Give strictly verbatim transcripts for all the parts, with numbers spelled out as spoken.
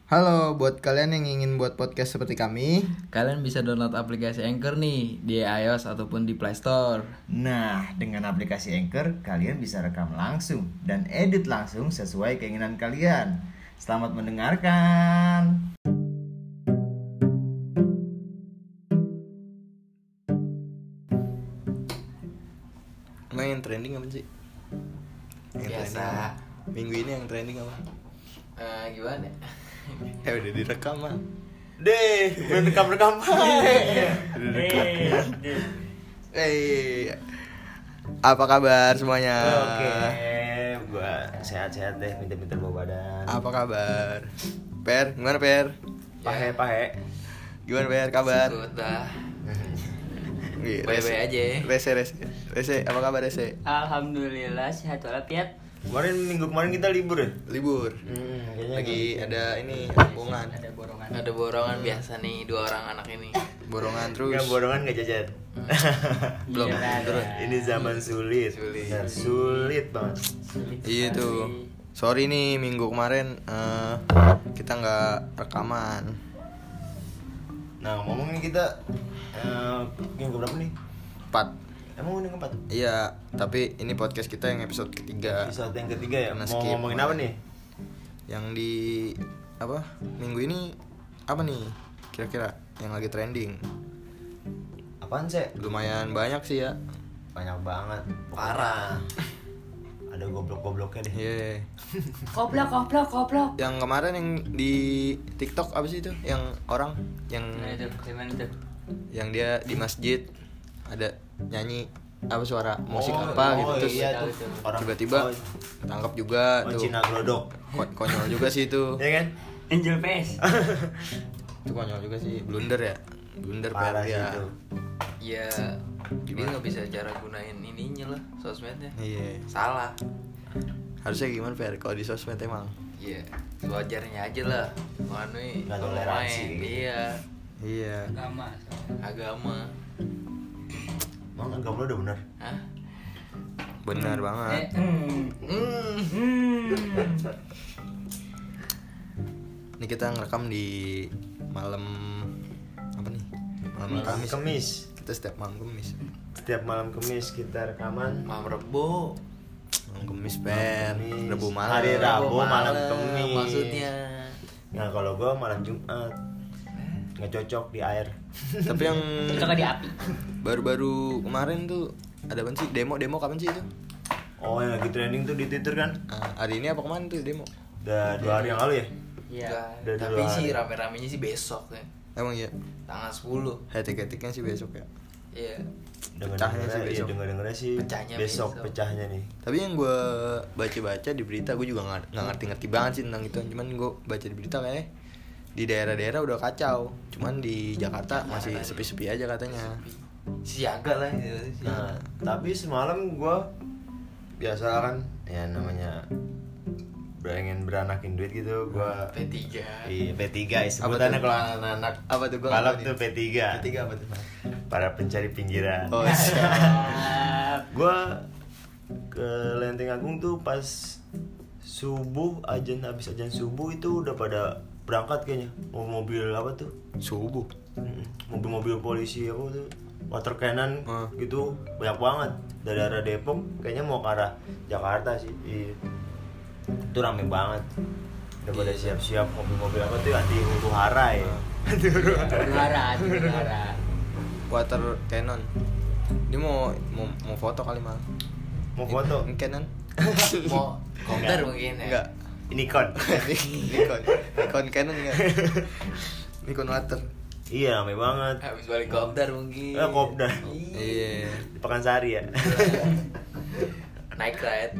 Halo, buat kalian yang ingin buat podcast seperti kami, kalian bisa download aplikasi Anchor nih di iOS ataupun di Play Store. Nah, dengan aplikasi Anchor, kalian bisa rekam langsung dan edit langsung sesuai keinginan kalian. Selamat mendengarkan. emang yang trending apa sih? Yang Biasa. trending. Minggu ini yang trending apa? Uh, gimana? Ya udah direkam mah. Deh, udah rekam-rekam. Eh, apa kabar semuanya? Oke, gua sehat-sehat deh, pinter-pinter bawa badan. Apa kabar? Per, gimana Per? Pahe-pahe. Gimana Per kabar? Sikut dah. Wih, Bye-bye Rese. aja. Rese, Rese. Rese, apa kabar Rese? Alhamdulillah sehat walafiat. Kemarin minggu kemarin kita libur ya? Libur. Hmm, kayaknya Lagi ada ini rombongan. Ada borongan. Ada borongan biasa nih dua orang anak ini. Borongan terus. Enggak borongan enggak jajan. Belum Iya, terus. Ini zaman sulit. Sulit. Benar, sulit banget. Sulit Iya sekali. tuh. Sorry nih minggu kemarin eh, kita nggak rekaman. Nah, ngomongin kita eh yang berapa nih? Empat. Emang udah keempat? Iya, tapi ini podcast kita yang episode ketiga. Episode yang ketiga ya. Kena Mau skip. ngomongin apa nih? Yang di apa? Minggu ini apa nih? Kira-kira yang lagi trending. Apaan sih? Lumayan banyak sih ya. Banyak banget. Parah. Ada goblok-gobloknya deh. Iya. Koplok koplok koplok. Yang kemarin yang di TikTok apa sih itu? Yang orang yang Nah itu gimana tuh? yang dia di masjid ada nyanyi apa suara musik Oh, apa oh, gitu terus iya tahu tuh. tuh. Orang tiba-tiba oh, tangkap juga oh, tuh. Cina glodok. Ko- konyol juga sih itu. Ya kan? Angel Face. Itu konyol juga sih. Blunder ya. Blunder Parah Per sih ya. itu. Ya, dia nggak bisa cara gunain ininya lah sosmednya. Iya. Salah. Harusnya gimana Per kalau di sosmed emang? Iya, sewajarnya aja lah. Manui Nggak kalau toleransi. main, iya, Iya. Agama. agama. Emang agama udah benar? Hah? Benar Eh, banget. hmm. Hmm. Hmm. Ini kita ngerekam di malam apa nih? Malam Kamis. Kemis. Kita setiap malam Kamis. Setiap malam Kemis kita rekaman. Malam Rebo. Malam Kamis Per. Kemis. Rebu malam. Hari Rabu Rebo malam Kemis. Maksudnya. Nah, kalau gua malam Jumat. Nggak cocok di air. Tapi yang Cocok di api. baru-baru kemarin tuh ada apa sih? Demo-demo kapan sih itu? Oh, yang lagi trending tuh di Twitter kan? Nah, hari ini apa kemarin tuh demo? Udah dua hari yang lalu ya? Iya. Enggak, Udah tapi dua sih hari. rame-ramenya sih besok ya. Emang iya. Tanggal sepuluh. Hetik-hetiknya sih besok ya. Iya. Pecahnya sih Dengar-dengarnya, iya, besok. dengar-dengarnya sih Pecahnya besok, besok. pecahnya nih. Tapi yang gue baca-baca di berita, gue juga nggak nggak ngerti-ngerti banget sih tentang itu. Cuman gue baca di berita kayak di daerah-daerah udah kacau. Cuman di Jakarta masih sepi-sepi aja katanya. Siaga lah gitu. Nah, tapi semalam gua biasa kan ya namanya pengen beranakin duit gitu gua P tiga. iya P tiga ya Apa sebutannya tuh? kalau anak-anak Apa tuh? Gua balap nggak tuh tahu P tiga. P tiga apa tuh? Para pencari pinggiran. Oh, siap. Siap. Gua ke Lenteng Agung tuh pas subuh, ajan habis ajan subuh itu udah pada berangkat kayaknya. Mobil apa tuh? Subuh. Mm, mobil-mobil polisi apa tuh water cannon Hmm. gitu banyak banget dari arah Depok kayaknya mau ke arah Jakarta sih. Iya. Itu rame banget udah pada Iya. siap-siap mobil-mobil apa tuh anti huru hara ya. Juara, juara. Water cannon. Dia mau mau, mau foto kali mah. Mau foto Ini Canon? Mau counter mungkin ya. Enggak. Nikon. Nikon. Nikon Canon enggak? Nikon water. Iya rame banget. Habis balik kopdar mungkin. Eh, kopdar. Iya. Di Pekansari ya. Naik ride.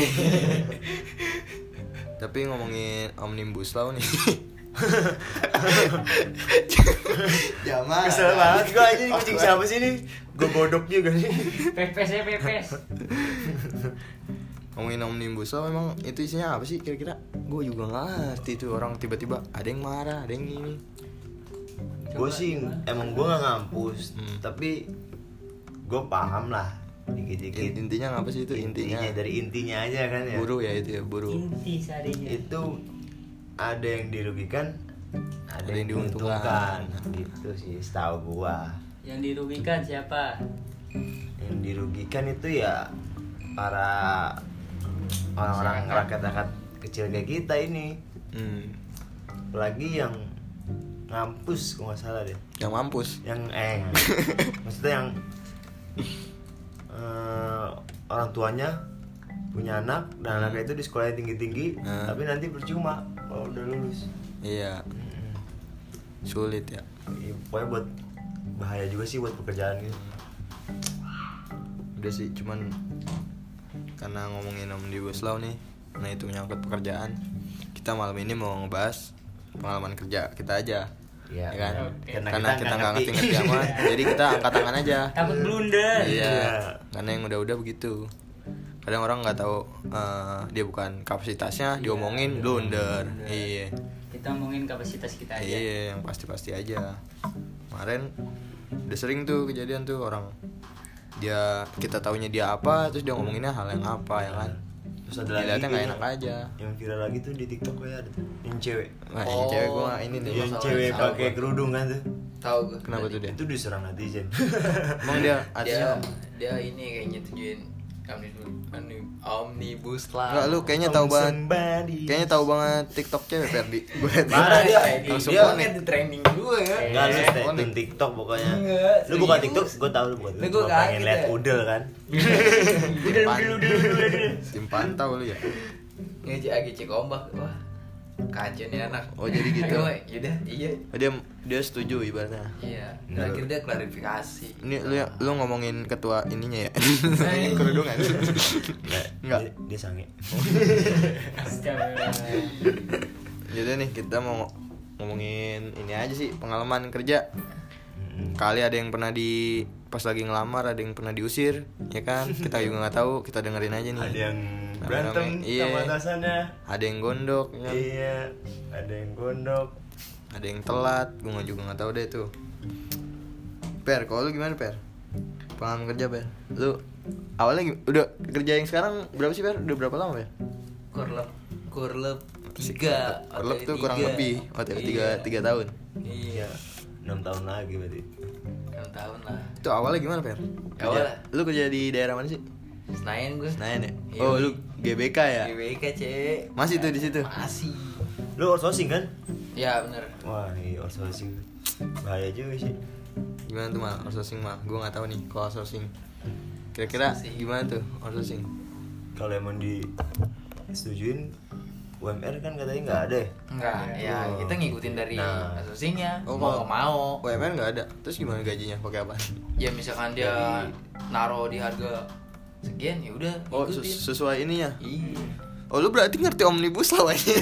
Tapi ngomongin Omnibus Law nih. Jamal. Kesel banget gua aja kucing siapa sih nih? Gua godok juga nih. Pepes ya pepes. Ngomongin Omnibus Law memang itu isinya apa sih kira-kira? Gue juga nggak ngerti tuh orang tiba-tiba ada yang marah, ada yang ini. Gue sih emang gue nggak ngampus, Hmm. tapi gue paham lah dikit-dikit. Intinya apa sih itu intinya? Intinya dari intinya aja kan ya. Buruh ya itu ya buruh. Inti sarinya. Itu ada yang dirugikan, ada, Ada yang yang diuntungkan. diuntungkan. Gitu sih setahu gua. Yang dirugikan siapa? Yang dirugikan itu ya para orang-orang rakyat-rakyat kecil kayak kita ini. Hmm. Apalagi yang ngampus kok nggak salah deh. Yang mampus. Yang eh maksudnya yang eh, orang tuanya punya anak dan anaknya itu di sekolah yang tinggi-tinggi, Hmm. tapi nanti percuma kalau udah lulus. Iya. Mm-mm. Sulit ya. Iya, pokoknya buat bahaya juga sih buat pekerjaan gitu. Udah sih, cuman karena ngomongin Omnibus Law nih, nah itu menyangkut pekerjaan, kita malam ini mau ngebahas pengalaman kerja kita aja. Iya, Ya kan? Oke. Karena, Karena kita kita nggak nggak ngerti-ngerti ngerti. amat, jadi kita angkat tangan aja. Takut blunder. Iya. Iya. Karena yang udah-udah begitu. Kadang orang nggak tahu eh, dia bukan kapasitasnya, diomongin blunder. Iya. Kita ngomongin kapasitas kita aja. Iya, yang pasti-pasti aja. Kemarin udah sering tuh kejadian tuh orang dia kita taunya dia apa, terus dia ngomonginnya hal yang apa ya kan. Terus ada lagi Dilihatnya nggak kayak enak aja. yang viral lagi tuh di TikTok kayak ada tuh, yang cewek. Nah, yang cewek gua ini nih. Yang masalah cewek yang pakai sama. kerudung kan tuh. Tahu gue. Kenapa tuh dia? Itu diserang netizen. Emang dia Dia artinya dia ini kayaknya tujuin omnibus omnibus lah. enggak, lu kayaknya tahu banget. Somebody. Kayaknya tahu banget TikTok cewek Ferdi. Gue Parah dia. langsung Dia connect. di trending dua ya. Enggak lu Eh, stay tune TikTok pokoknya. Enggak, Lu bukan serius. TikTok, gue tahu lu bukan. Lu TikTok. gua Gua pengen kaget liat ya. udel kan. Udel, udel, udel, udel. Tim pantau lu ya. Ngecek lagi cek ombak. Wah. Kacau nih anak. Oh, jadi gitu. Ayo, yaudah, iya. Oh, dia dia setuju ibaratnya. Iya. Nah, Terakhir dia klarifikasi. Ini lu lu ngomongin ketua ininya ya. Kerudungan. Enggak. Enggak. Dia, dia sange. Astagfirullah. Jadi nih kita mau ngomongin ini aja sih, pengalaman kerja. Mm-mm. Kali ada yang pernah di pas lagi ngelamar, ada yang pernah diusir, ya kan? Kita juga nggak tahu, kita dengerin aja nih. Ada yang Rame-rame. berantem Iya. sama atasannya. Ada yang gondok, ya kan? Iya, ada yang gondok. Ada yang telat, gue juga nggak tahu deh tuh. Per, kalau lu gimana Per? Pengalaman kerja Per? Lu awalnya gim- udah kerja yang sekarang berapa sih Per? Udah berapa lama ya? Korlep Korlep tiga. Korlep tuh kurang tiga. lebih, O T W tiga Iya. tiga tahun. Iya. enam tahun lagi berarti. enam tahun lah. Itu awalnya gimana Per? Kerja, Awalnya? lu kerja di daerah mana sih? Senayan gue. Senayan ya? Iya, Oh, Wi. lu G B K ya? G B K cek. Masih tuh di situ? Masih. Lu outsourcing kan? Ya bener. Wah, ini outsourcing bahaya juga sih. Gimana tuh mal outsourcing mal? Gue nggak tahu nih kalau outsourcing. Kira-kira Outsourcing. gimana tuh outsourcing? Kalau emang disetujuin U M R kan katanya nggak ada ya? Enggak, ya Oh. kita ngikutin dari Nah. asosiasinya. Oh, mau kalau- mau. U M R nggak ada. Terus gimana gajinya? Pakai apa? Ya misalkan dia Dari- naro di harga sekian ya udah Oh, ikutin. ses- sesuai ininya. Iya. Oh, lu berarti ngerti omnibus law aja.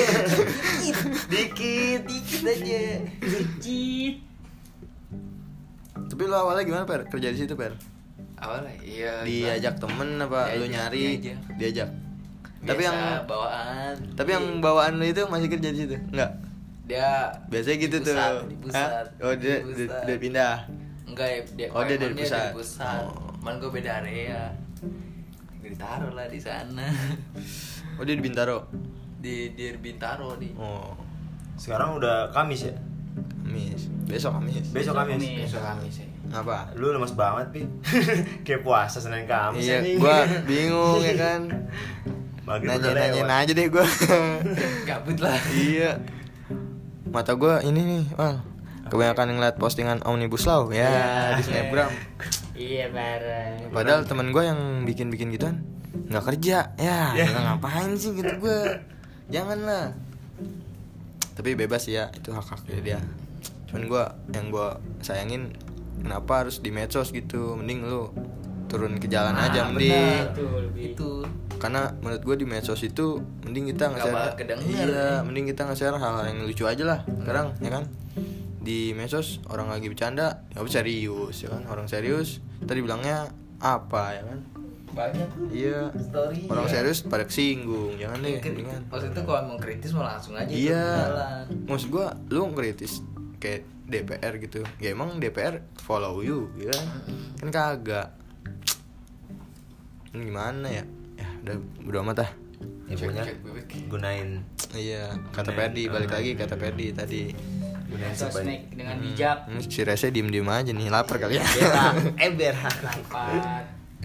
Dikit, dikit aja. Cicit. Tapi lu awalnya gimana Per? Kerja di situ Per? Awalnya iya. Diajak temen apa lu Diajak, nyari? diajak. Diajak. Biasa, Tapi yang bawaan. tapi yang bawaan lu itu masih kerja di situ? Enggak. dia Biasanya gitu di tuh. pusat, di pusat. Hah? Oh, dia Di dia, pusat. dia pindah. Enggak ya, dia, Oh, dia dari emang pusat. pusat. Oh. Man gue beda area. Gue ditaruh lah di sana. Oh, dia di Bintaro. di di Bintaro di. Oh, Sekarang udah Kamis ya? Kamis. Besok Kamis. Besok Kamis. Kamis. Besok Kamis ya. Ngapa? Lu lemas banget, Pi. Kayak puasa Senin Kamis Iya, anjing. gua bingung ya kan. Maghrib udah Nanya-nanyain lewat. aja deh gua. Gabut lah. Iya. Mata gua ini nih, Mal. Kebanyakan ngeliat postingan Omnibus Law ya Iya. di Snapgram. Iya bareng. Padahal teman gua yang bikin-bikin gituan nggak kerja. Ya, Iya. nggak ngapain sih gitu gua. Janganlah. Tapi bebas ya, itu hak-hak dia. Cuman gua yang gua sayangin kenapa harus di medsos gitu. Mending lu turun ke jalan Ah, aja benar. mending. Itu lebih. Itu Karena menurut gue di medsos itu mending kita Nggak nge-share bakal kedenger, iya, ya. mending kita nge-share hal-hal yang lucu aja lah sekarang ya kan. Di medsos orang lagi bercanda, ya udah serius ya kan. Orang serius tadi bilangnya apa ya kan. banyak tuh Iya. story. Orang serius pada kesinggung, jangan deh. Kri- Mendingan. Maksud itu kalau mau kritis mau langsung aja tuh Iya. jalan. Maksud gue lu kritis kayak D P R gitu. Ya emang D P R follow you ya kan. Kan kagak. Ini gimana ya? Ya udah udah amat ah. Ya pokoknya Cek bebek. gunain Iya, kata Gunain, Perdi balik ah, lagi iya. kata Perdi tadi. gunain Sosmed sebanyak. dengan bijak. Hmm, si Rese diem-diem aja nih, lapar kali ya. Berak, eh berak. Lapar.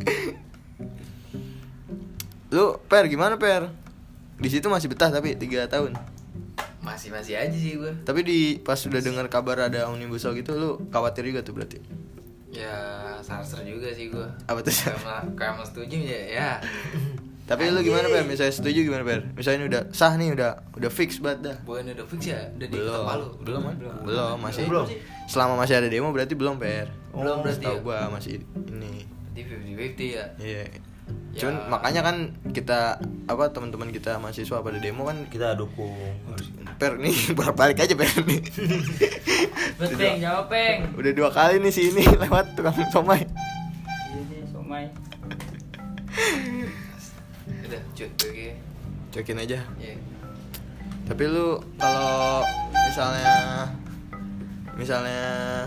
Lu Per gimana Per? Di situ masih betah tapi tiga tahun. Masih masih aja sih gue. Tapi di pas udah dengar kabar ada omnibus law gitu, lu khawatir juga tuh berarti. Ya sarser juga sih gue. Apa tuh? Karena kayak setuju ya. Ya. Tapi lu gimana Per? Misalnya setuju gimana Per? Misalnya udah sah nih, udah udah fix banget dah. Bukan udah fix ya? Udah di Belum, ketok palu. belum kan? Belum, masih Belum. Selama masih ada demo berarti belum Per. Belum berarti Tahu ya? gua masih ini. Berarti lima puluh lima puluh ya. Iya. Ya. Cuman makanya kan kita apa teman-teman kita mahasiswa pada demo kan Kita dukung. Harus. Per nih bolak-balik aja Per nih. Bet peng, jawab peng. Udah dua kali nih si ini lewat tukang somai. Iya sih, somai. Udah cuy oke. Cokin aja. Ya. Tapi lu kalau misalnya misalnya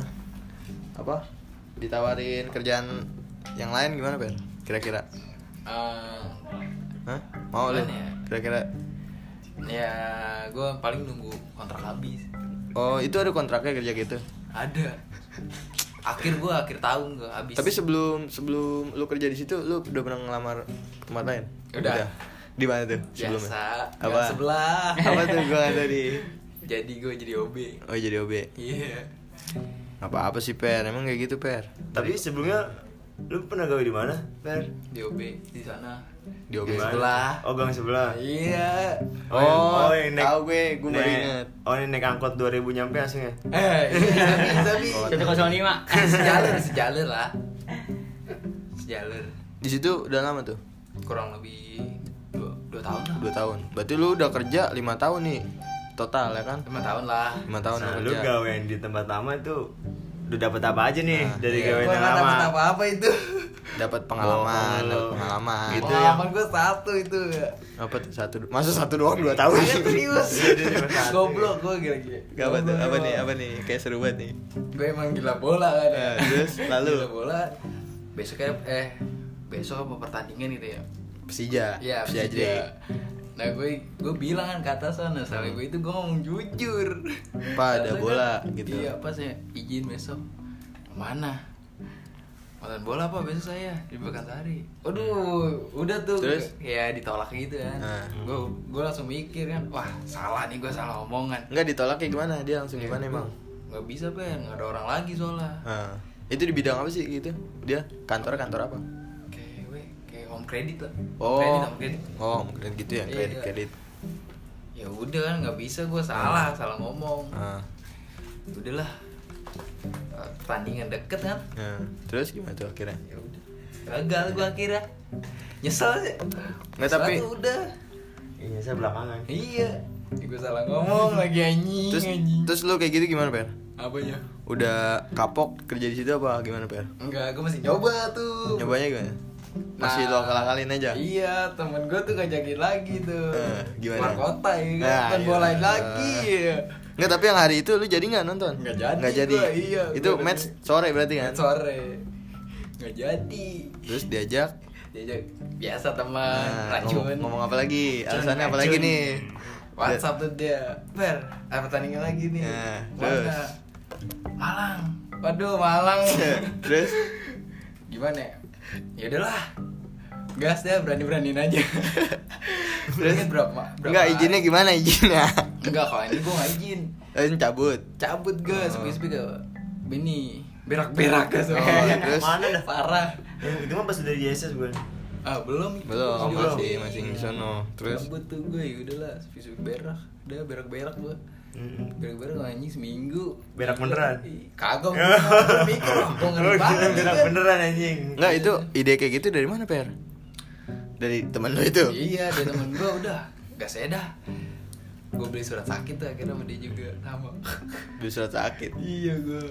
apa? Ditawarin kerjaan yang lain gimana, Per? Kira-kira? Eh, Hah? Mau lu? Gimana ya? Kira-kira? ya gue paling nunggu kontrak habis. Oh, itu ada kontraknya kerja gitu. Ada. Akhir gue akhir tahun gue habis. Tapi sebelum sebelum lu kerja di situ, lu udah pernah ngelamar tempat lain? Udah. Di mana tuh sebelumnya? biasa. Apa? Gang sebelah. Apa tuh gua tadi? Jadi gue jadi O B. Oh, jadi O B. Iya. Gak apa-apa sih, Per. Emang kayak gitu, Per. Tapi sebelumnya lu pernah gawe di mana, Per? Di O B di sana. Di O B. Di mana? sebelah. Oh, gang sebelah. Iya. Oh, yang- yang naik- tahu gue, gue baru naik- inget. Oh, ini naik angkot dua ribu nyampe langsung ya? Eh, iya, tapi Oh, satu nol lima. sejalur, sejalur lah. Sejalur. Di situ udah lama tuh? Kurang lebih dua, dua tahun lah. Dua tahun. Berarti lu udah kerja lima tahun nih total ya kan? Lima tahun lah. Lima tahun Nah, lu lu kerja. gawean di tempat lama itu udah dapat apa aja nih Nah, dari Iya, gawean gua yang nggak lama? dapet apa-apa itu. Dapat pengalaman, Oh, dapat pengalaman. gitu. Pengalaman gue satu itu. Apa tuh satu? Masa satu doang dua tahun? Iya serius. Iya, cuma satu. Goblok gue gila-gila. Gak apa tuh? Apa nih? Apa nih? Kayak seru banget nih. Gue emang gila bola kan. ya. Eh, terus, lalu? Gila bola. Besoknya eh besok apa pertandingan gitu ya? Persija. Iya, Persija Persija. Jaya. Nah gue gue bilang kan ke atasan, nah soalnya gue itu gue ngomong jujur. Pak, ada Atasan bola, kan, gitu. Iya, apa saya izin besok. Mana? Nonton bola apa besok saya di Bekansari. Waduh, udah tuh Terus? ya ditolak gitu kan. Nah. Gue gue langsung mikir kan, wah salah nih gue salah omongan. Enggak ditolak kayak gimana? Dia langsung gimana emang? Gak bisa Ben, gak ada orang lagi soalnya. Nah, itu di bidang apa sih gitu? Dia kantor kantor apa? Kayak gue kayak home credit lah. Oh, Home credit, home credit. oh, kredit gitu ya, kredit Iya. kredit. Ya udah kan nggak bisa gue salah, salah ngomong. Nah, Udahlah. Eh, Pertandingan deket kan. nah, terus gimana tuh akhirnya? Ya udah. Gagal gue akhirnya. Nyesel sih. Nggak, Nyesel tapi- tuh udah. Iya, saya belakangan. Iya. Gue salah ngomong lagi anjing. Terus anjing. terus lu kayak gitu gimana, Per? Apanya? Udah kapok kerja di situ apa gimana, Per? Enggak, gue masih nyoba tuh. Nyobanya gimana? Masih lo akal-akalin aja? Iya, temen gue tuh ngajakin lagi tuh. Eh, gimana? Keluar kota ya kan, Nah, kan iya. bolain lagi. Enggak, tapi yang hari itu lu jadi nggak nonton? Nggak jadi Nggak jadi. gua, iya. Itu Gua match udah- sore berarti kan? Sore. Nggak jadi. Terus diajak. Diajak biasa teman, Nah, racun. ngomong, ngomong apa lagi? Racun, Alasannya apa racun. lagi nih? WhatsApp tuh dia, Ber, ada pertandingan lagi nih. Nah, Mana? terus? Malang. Waduh, Malang. Terus? Gimana ya? Ya udahlah. Gas deh, berani-beraniin aja. Terus? Ingat berapa? berapa Enggak, izinnya gimana izinnya? Enggak, kalau ini gue gak izin. Lain cabut. Cabut gue, Oh. sepi-sepi ke Bini, berak-berak ke Oh, soalnya. terus? Mana dah? Parah. Yang itu mah pas udah di S S bukan? Ah, belum. Belum, Oh, belum. masih masih di sono. Terus Cabut tuh gue, ya udahlah, sepi-sepi berak. Udah berak-berak gue. Mm-mm. Berak-berak anjing seminggu. Berak beneran? Ih, Kagak gue gue mikir, wah, gue ngeri Oh, banget kira nih, berak Ben. beneran anjing. enggak, itu ide kayak gitu dari mana, Per? Dari teman lu itu? Iya, dia temen gue udah gak sedah. Gue beli surat sakit tuh akhirnya sama dia juga sama. Di surat sakit. Iya gue.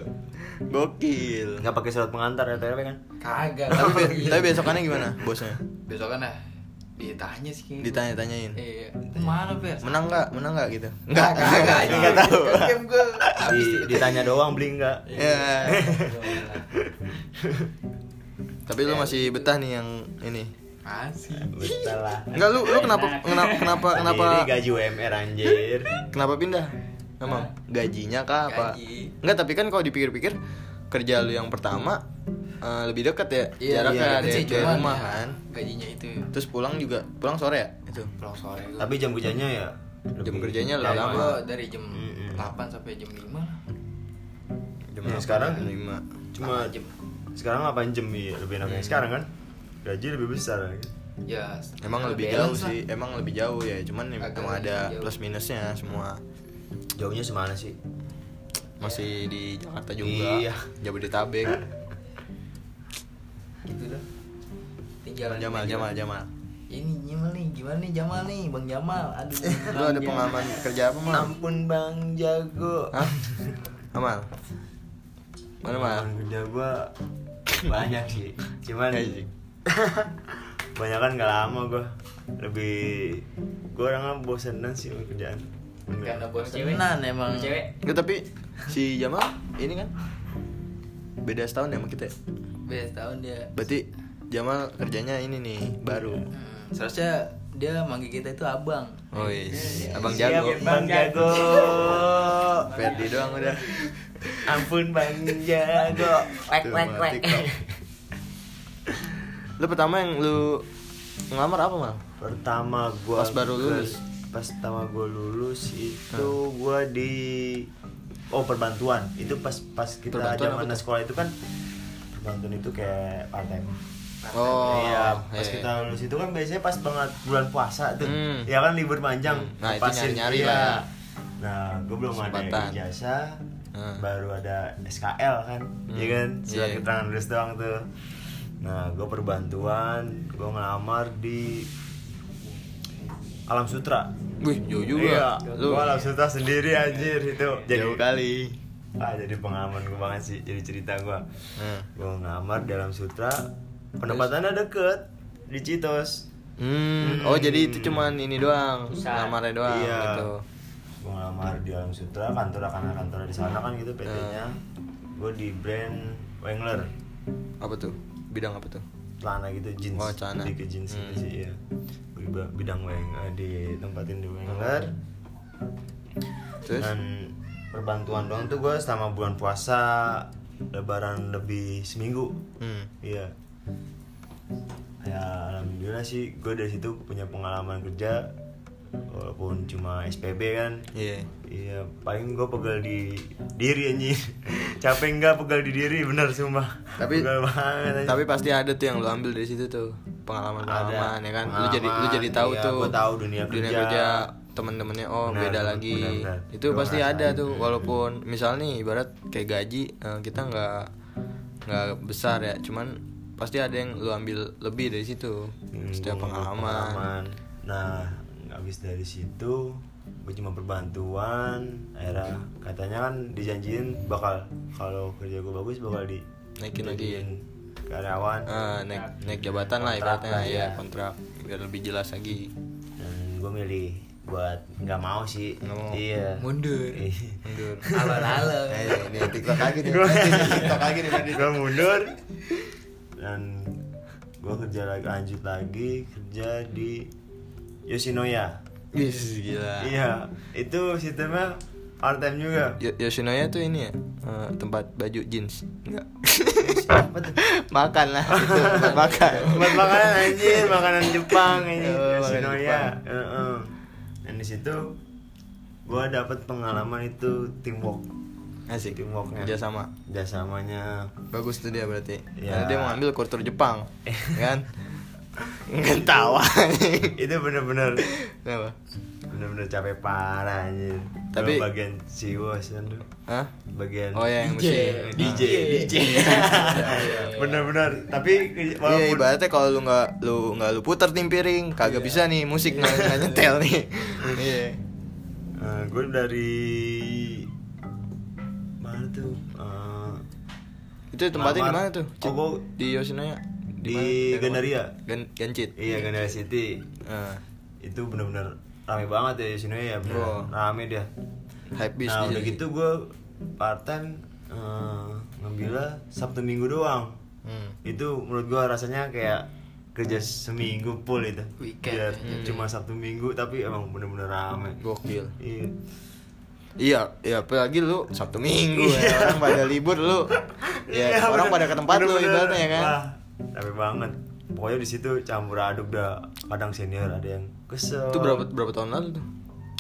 Gokil. Nggak pakai surat pengantar ya T R W kan? Kagak. Tapi be- Iya. tapi besokannya gimana, bosnya? Besok kan dah ditanya sih kayaknya. Ditanya-tanyain. Iya. Mana Ber? Menang nggak? Menang nggak gitu? Enggak, kagak. Ini nggak tahu. Game gue. Di, ditanya doang beli nggak? Ya. Tapi lu masih betah nih yang ini Asik. Betul lah. Enggak, lu lu kenapa kenapa kenapa kenapa Sendiri gaji U M R anjir. kenapa pindah? Emang gajinya kah apa? Gaji. Enggak, tapi kan kalau dipikir-pikir kerja lu yang pertama eh, lebih dekat ya Iya, jaraknya iya, dari, sih, dari cuman rumah ya, kan. gajinya itu Terus pulang juga pulang sore ya itu. pulang sore gua. Tapi jam kerjanya ya Jam lebih kerjanya lama. lama. gua dari jam Mm-mm. delapan sampai jam lima lah. Jam Ya, delapan, sekarang jam lima. Cuma Setengah jam. sekarang delapan jam ya lebih enak Hmm. sekarang kan. Gaji lebih besar kan. Ya, Emang lebih balance jauh lah. sih, emang lebih jauh ya. Cuman Agak emang lebih ada jauh. plus minusnya semua. Jauhnya semana sih? Masih di Jakarta juga. Iya. Jabodetabek. Gitu dah. Tinggal Jamal, Jamal, Jamal. Ini Jamal nih, gimana nih Jamal nih, Bang Jamal. Aduh. Lu ada pengalaman kerja apa, Mal? Ampun Bang Jago. Hah? Amal. Mana, Mal? Pengalaman kerja gua banyak sih. Cuman Anjing. banyak kan gak lama gua. Lebih gua orangnya bosenan sih sama kerjaan. Bener. Karena Cewek. bosenan emang. Cewek. Nggak, tapi si Jamal ini kan beda setahun ya sama kita ya? Beda tahun dia. Berarti Jamal kerjanya ini nih baru. Hmm, seharusnya dia manggil kita itu abang. Oh iya, Abang Siap, Jago. Bang Jago. Ferdi doang udah. Ampun Bang Jago. Wek Tuh, wek Mal, wek. TikTok. Lu pertama yang lu ngelamar apa, Mal? Pertama gua Pas baru ke- lulus? Pas pertama gua lulus itu gua di oh perbantuan. Itu pas pas kita Perbantuan zaman apa tuh? sekolah itu kan perbantuan itu kayak part time. Oh, iya, pas iya. kita lulus itu kan biasanya pas banget bulan puasa tuh. Hmm. Ya kan libur panjang. Nah, itu Pasin, nyari-nyari iya. lah. Nah, gue belum ada Kesempatan. ijazah. Hmm. Baru ada S K L kan. Hmm. Iya kan? Surat Iya. keterangan lulus doang tuh. Nah, gue perbantuan, gue ngelamar di Alam Sutra. Wih, jauh juga. Iya, Lu gue Alam Sutra sendiri anjir itu. Jadi jauh kali. Ah, jadi pengalaman gue banget sih, jadi cerita gue. Nah. Gue ngelamar di Alam Sutra, penempatannya deket di Citos. Hmm, oh jadi itu cuman ini doang, Pusat. lamarnya doang Iya. gitu. Gue ngelamar di Alam Sutra, kantor karena kantornya di sana kan gitu P T-nya. Gue di brand Wrangler, Apa tuh? Bidang apa tuh? celana gitu jeans. Oh, celana. Lebih ke jeans Hmm. gitu sih ya. Gue di bidang Weng eh, di tempatin di Wrangler. Terus? Dan perbantuan doang tuh gue selama bulan puasa, Lebaran lebih seminggu. Hmm. Iya. Ya alhamdulillah sih gue dari situ punya pengalaman kerja walaupun cuma S P B kan. Iya. Iya, paling gue pegal di diri anjing. Capek enggak pegal di diri, bener sumpah. Tapi pegal banget anjing. tapi pasti ada tuh yang lu ambil dari situ tuh pengalaman-pengalaman Ada ya kan. Lu jadi lu pengalaman, jadi tahu iya, tuh. gua tahu dunia kerja. temen-temennya oh Benar, beda lagi. benar, benar. Itu Gua pasti ngerasain. ada tuh walaupun misalnya nih ibarat kayak gaji eh, kita nggak nggak besar ya, cuman pasti ada yang lu ambil lebih dari situ. Hmm, Setiap gua ngambil pengalaman. pengalaman. Nah, habis dari situ gue cuma perbantuan. Akhirnya katanya kan dijanjiin bakal kalau kerja gue bagus bakal di Naikin lagi ya? jadiin karyawan. Ah, naik naik jabatan lah Kontrak ibaratnya lah, ya, iya. kontrak biar lebih jelas lagi. Dan gue milih buat nggak mau sih. Nggak mau. Iya. Mundur. Mundur. Halo-halo. Eh, ini TikTok lagi nih. Gua- TikTok lagi nih Ferdi. gue mundur dan gue kerja lagi lanjut lagi kerja di Yoshinoya. Wis gila. Iya, itu sistemnya part time juga. Yo- Yoshinoya tuh ini ya eh, tempat baju jeans enggak? Apa tuh? Makan lah itu tempat makan. Buat makanan anjir, makanan Jepang ini Oh, makanan Yoshinoya. Jepang. Heeh. Dan di situ gue dapet pengalaman itu teamwork. Asik. Teamworknya. Kerja sama. Kerjasamanya. Bagus tuh dia berarti. Ya. Karena dia mau ambil kultur Jepang, kan? Nggak tawa. Itu bener-bener Kenapa? bener-bener capek parah anjir. Tapi- Gua bagian siwos kan tuh. Hah? Bagian Oh ya yang D J. mesti D J, D J. Bener-bener. Tapi Iya, walaupun ibaratnya kalau lu nggak lu nggak lu puter tim piring, kagak bisa nih musik nggak nggak nyetel nih. Iya. gue dari mana tuh? Eh, Itu tempatnya di Lamar. mana tuh? Cik? Oh, gua- Di Yoshinoya. di mana? Gandaria. Gan Gancit. Iya, Gandaria City. Nah, Itu bener-bener rame banget ya Yoshinoya ya, bener Oh. rame dia. hype beast Nah di udah sini. gitu gue part time eh, ngambilnya Sabtu Minggu doang. Hmm. Itu menurut gue rasanya kayak kerja seminggu full itu. Weekend, Biar ya. cuma Sabtu Minggu tapi emang bener-bener rame. Gokil. Iya. Iya, ya apalagi lu Sabtu Minggu ya, orang pada libur lu. Ya, Iya, orang bener. pada ke tempat lu Bener-bener. ibaratnya ya kan. Wah, rame banget. Pokoknya di situ campur aduk dah. Kadang senior ada yang kesel. Itu berapa berapa tahun lalu tuh?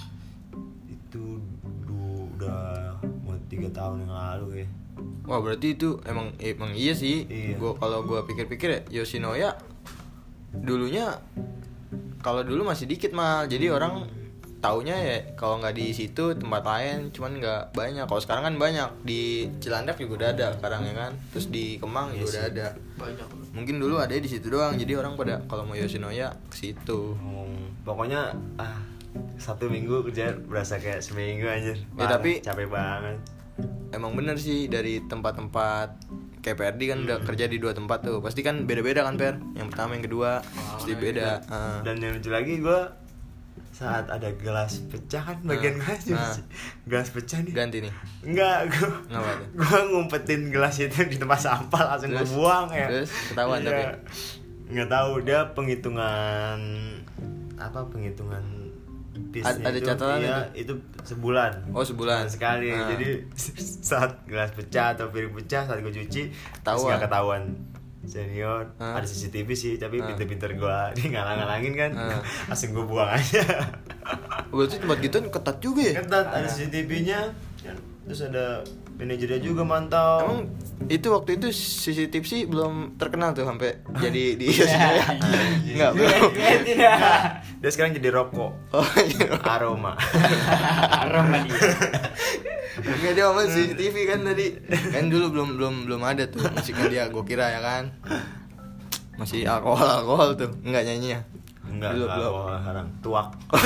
Itu du, udah mau tiga tahun yang lalu ya. Wah, berarti itu emang emang iya sih. Iya. Gua kalau gua pikir-pikir ya Yoshinoya dulunya kalau dulu masih dikit mal. Jadi orang taunya ya kalau nggak di situ tempat lain cuman nggak banyak. Kalau sekarang kan banyak di Cilandak juga udah ada sekarang ya kan. Terus di Kemang juga Yes, udah ada. Banyak. Mungkin dulu ada di situ doang. Jadi orang pada kalau mau Yoshinoya ke situ. Hmm, pokoknya ah satu minggu kerja berasa kayak seminggu anjir. Ya, Parah, tapi- capek banget. Emang bener sih dari tempat-tempat kayak P R D kan udah kerja di dua tempat tuh. Pasti kan beda-beda kan Per. Yang pertama yang kedua pasti beda. Ah. Dan yang lucu lagi gue saat ada gelas pecah kan bagian Ah, gelas juga ah. sih. Gelas pecah nih. Ganti nih. Enggak, gue Ngapa tuh? gue ngumpetin gelas itu di tempat sampah langsung gue Terus? buang ya. Terus? Ketahuan tapi? Nggak tahu dia penghitungan apa penghitungan piece-nya Ada itu, catatan iya, itu sebulan. Oh, sebulan. sekali. Ah. Jadi saat gelas pecah atau piring pecah saat gue cuci terus Ketahuan. nggak ketahuan senior. Ah. Ada C C T V sih tapi Ah. pinter-pinter gue dia ngalang-ngalangin kan Ah. langsung gue buang aja. Berarti tempat gitu ketat juga ya? Ketat ada C C T V-nya terus ada manajernya juga mantau. Emang itu waktu itu C C T V sih belum terkenal tuh sampai jadi di Yoshinoya. Enggak, belum. Tidak. Dia sekarang jadi rokok Oh, iya. aroma. Aroma dia. Enggak, dia ngomong C C T V kan tadi. Kan dulu belum belum belum ada tuh musiknya dia, gua kira ya kan. Masih alkohol-alkohol tuh. Enggak nyanyinya. Enggak, Belum, enggak belum. bawa sekarang tuak.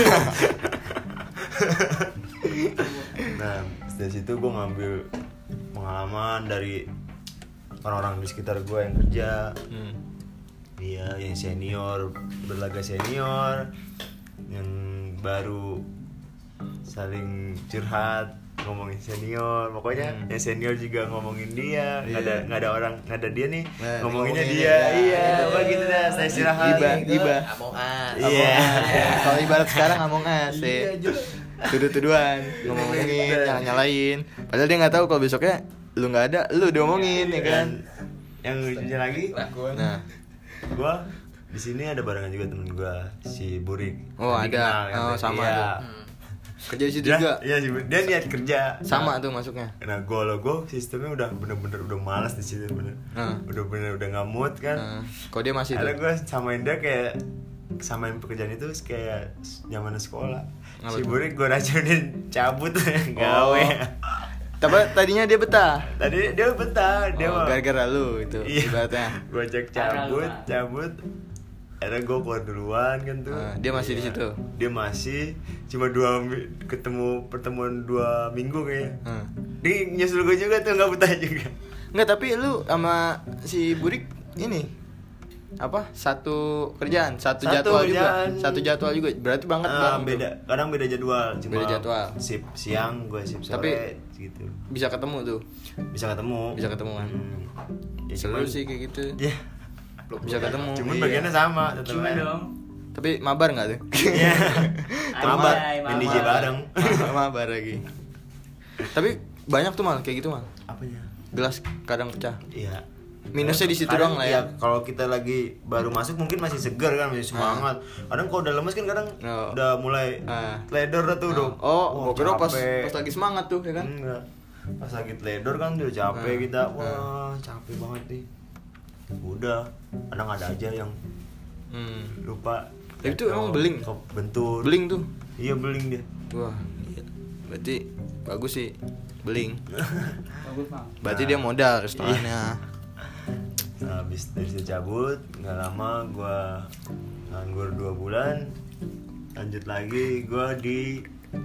Nah, dari situ gue ngambil pengalaman dari orang-orang di sekitar gue yang kerja. Hmm. Iya, yang senior berlaga senior, yang baru saling curhat ngomongin senior, pokoknya Hmm. yang senior juga ngomongin dia, nggak Iya. ada nggak ada orang nggak ada dia nih Nah, ngomonginnya ngomongin dia, dia. iya, apa gitu dah, saya istirahat. Gibah, gitu. gibah. Among Us. Iya. Kalau ibarat sekarang Among Us Iya, ya. juga. Tuduh-tuduan, ngomongin, nyala-nyalain. Padahal dia nggak tahu kalau besoknya lu nggak ada, lu diomongin ya kan. Dan yang lucunya lagi, Nah, gua di sini ada barengan juga temen gua si Burik. Oh, Tadi ada. kenal kan, Oh, tuh. sama Iya. tuh. kerja di situ Dia, juga. iya sih, dia niat kerja. Sama tuh masuknya. Nah, gua lo gua sistemnya udah bener-bener udah malas di situ bener. Nah. Udah bener udah nggak mood kan. Nah, kok dia masih Ada tuh. gua samain dia kayak samain pekerjaan itu kayak zaman sekolah. Apa Si tuh? Burik gua racunin cabut gawe. Tapi tadinya dia betah. Tadi dia betah, dia Oh, mah- gara-gara lu itu Iya. ibaratnya. Gue cek Parah lu, cabut, Pak. cabut. Akhirnya gue keluar duluan kan tuh. Ah, dia masih di Iya. situ? Dia masih cuma dua mi- ketemu pertemuan dua minggu kayaknya. Hmm. Dia nyusul gue juga tuh nggak betah juga. Enggak, tapi lu sama si Burik ini apa? Satu kerjaan, satu, Satu jadwal kerjaan. juga. Satu jadwal juga. Berarti banget Ah, bareng tuh. beda, kadang beda jadwal. Cuma Beda jadwal. Sip siang, gue sip sore. Tapi- gitu. Bisa ketemu tuh. Bisa ketemu. Bisa ketemu kan. Hmm. Ya, Seru cuman- sih kayak gitu. Ya. Bisa ketemu. Cuman Iya. bagiannya sama. tetep Cuma aja. dong. Tapi mabar enggak tuh? Iya. Mabar, Anjay, main D J mabar. bareng. Mabar lagi. Tapi banyak tuh mal kayak gitu mal. Apanya? Gelas kadang pecah. Iya. Minusnya di situ Kadang doang lah ya. Kalau kita lagi baru masuk mungkin masih segar kan, masih semangat. Kadang kalau udah lemes kan kadang Oh. udah mulai Ah. teledor dah tuh udah. Oh, Wah, gua kira pas capek. pas lagi semangat tuh ya kan. Enggak. Pas lagi teledor kan udah capek Ah. kita. Wah, capek banget nih. Udah, kadang ada aja yang Hmm. lupa. Tapi itu emang beling? Bentur. Beling tuh. Iya, beling dia. Wah, iya. Berarti bagus sih beling. Bagus, Bang. Berarti Nah. dia modal restorannya. Nah, habis dari situ cabut, nggak lama gua nganggur dua bulan. Lanjut lagi gua di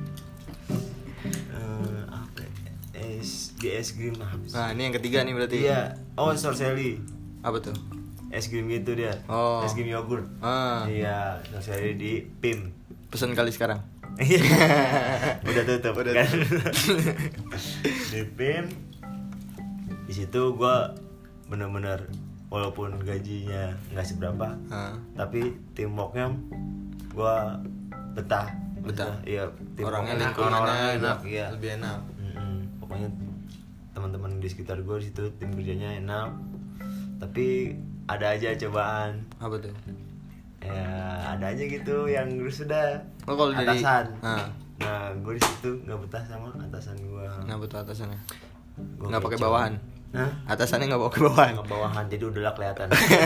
eh, apa ya? es di es krim habis. Nah, ini yang ketiga nih berarti. Iya, oh Sorcelli. Apa tuh? Es krim gitu dia. Oh. Es krim yogurt. Ah. Iya, Sorcelli di P I M. Pesan kali sekarang. Iya. Udah tutup Udah kan. tutup. Di P I M. Di situ gua bener-bener walaupun gajinya nggak seberapa, Ah. tapi teamworknya gue betah. Betah. Maksudnya, iya, Orangnya teamworknya, lingkungannya orang-orangnya enak, iya. lebih enak. Mm-mm. Pokoknya teman-teman di sekitar gue di situ tim kerjanya enak, tapi ada aja cobaan. Apa tuh? Ya ada aja gitu yang sudah Oh, kalau dari- atasan. Ah. Nah gue di situ nggak betah sama atasan gue. Kenapa tuh atasannya? Gua Nggak pakai kecap. bawahan? Hah? Atasannya nggak bawa ke bawahan? Nggak bawahan, jadi udahlah kelihatan.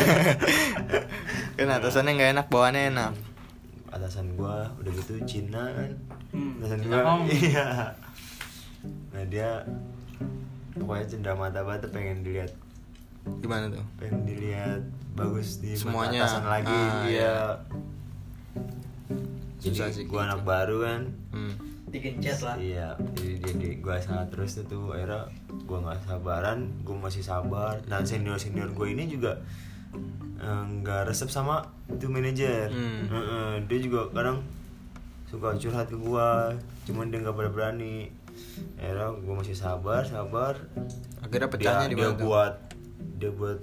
Kan atasannya nggak enak, bawahannya enak. Atasan gue udah gitu Cina kan. Hmm, Atasan Cina gue Hong. iya. Nah dia pokoknya cenderamata banget pengen dilihat, Gimana tuh? pengen dilihat bagus di mata Semuanya. atasan lagi. Ah, Iya. iya. Susah Jadi sih gue gitu. anak baru kan. Hmm. Digencet lah. Iya, jadi dia, dia gue salah terus tuh, tuh akhirnya gue nggak sabaran, gue masih sabar. Dan senior senior gue ini juga eh, nggak resep sama itu manajer. Hmm. Heeh, dia juga kadang suka curhat ke gue, cuman dia nggak pada berani. Akhirnya gue masih sabar, sabar. Akhirnya Dia, pecahnya di dia mana tuh? buat dia buat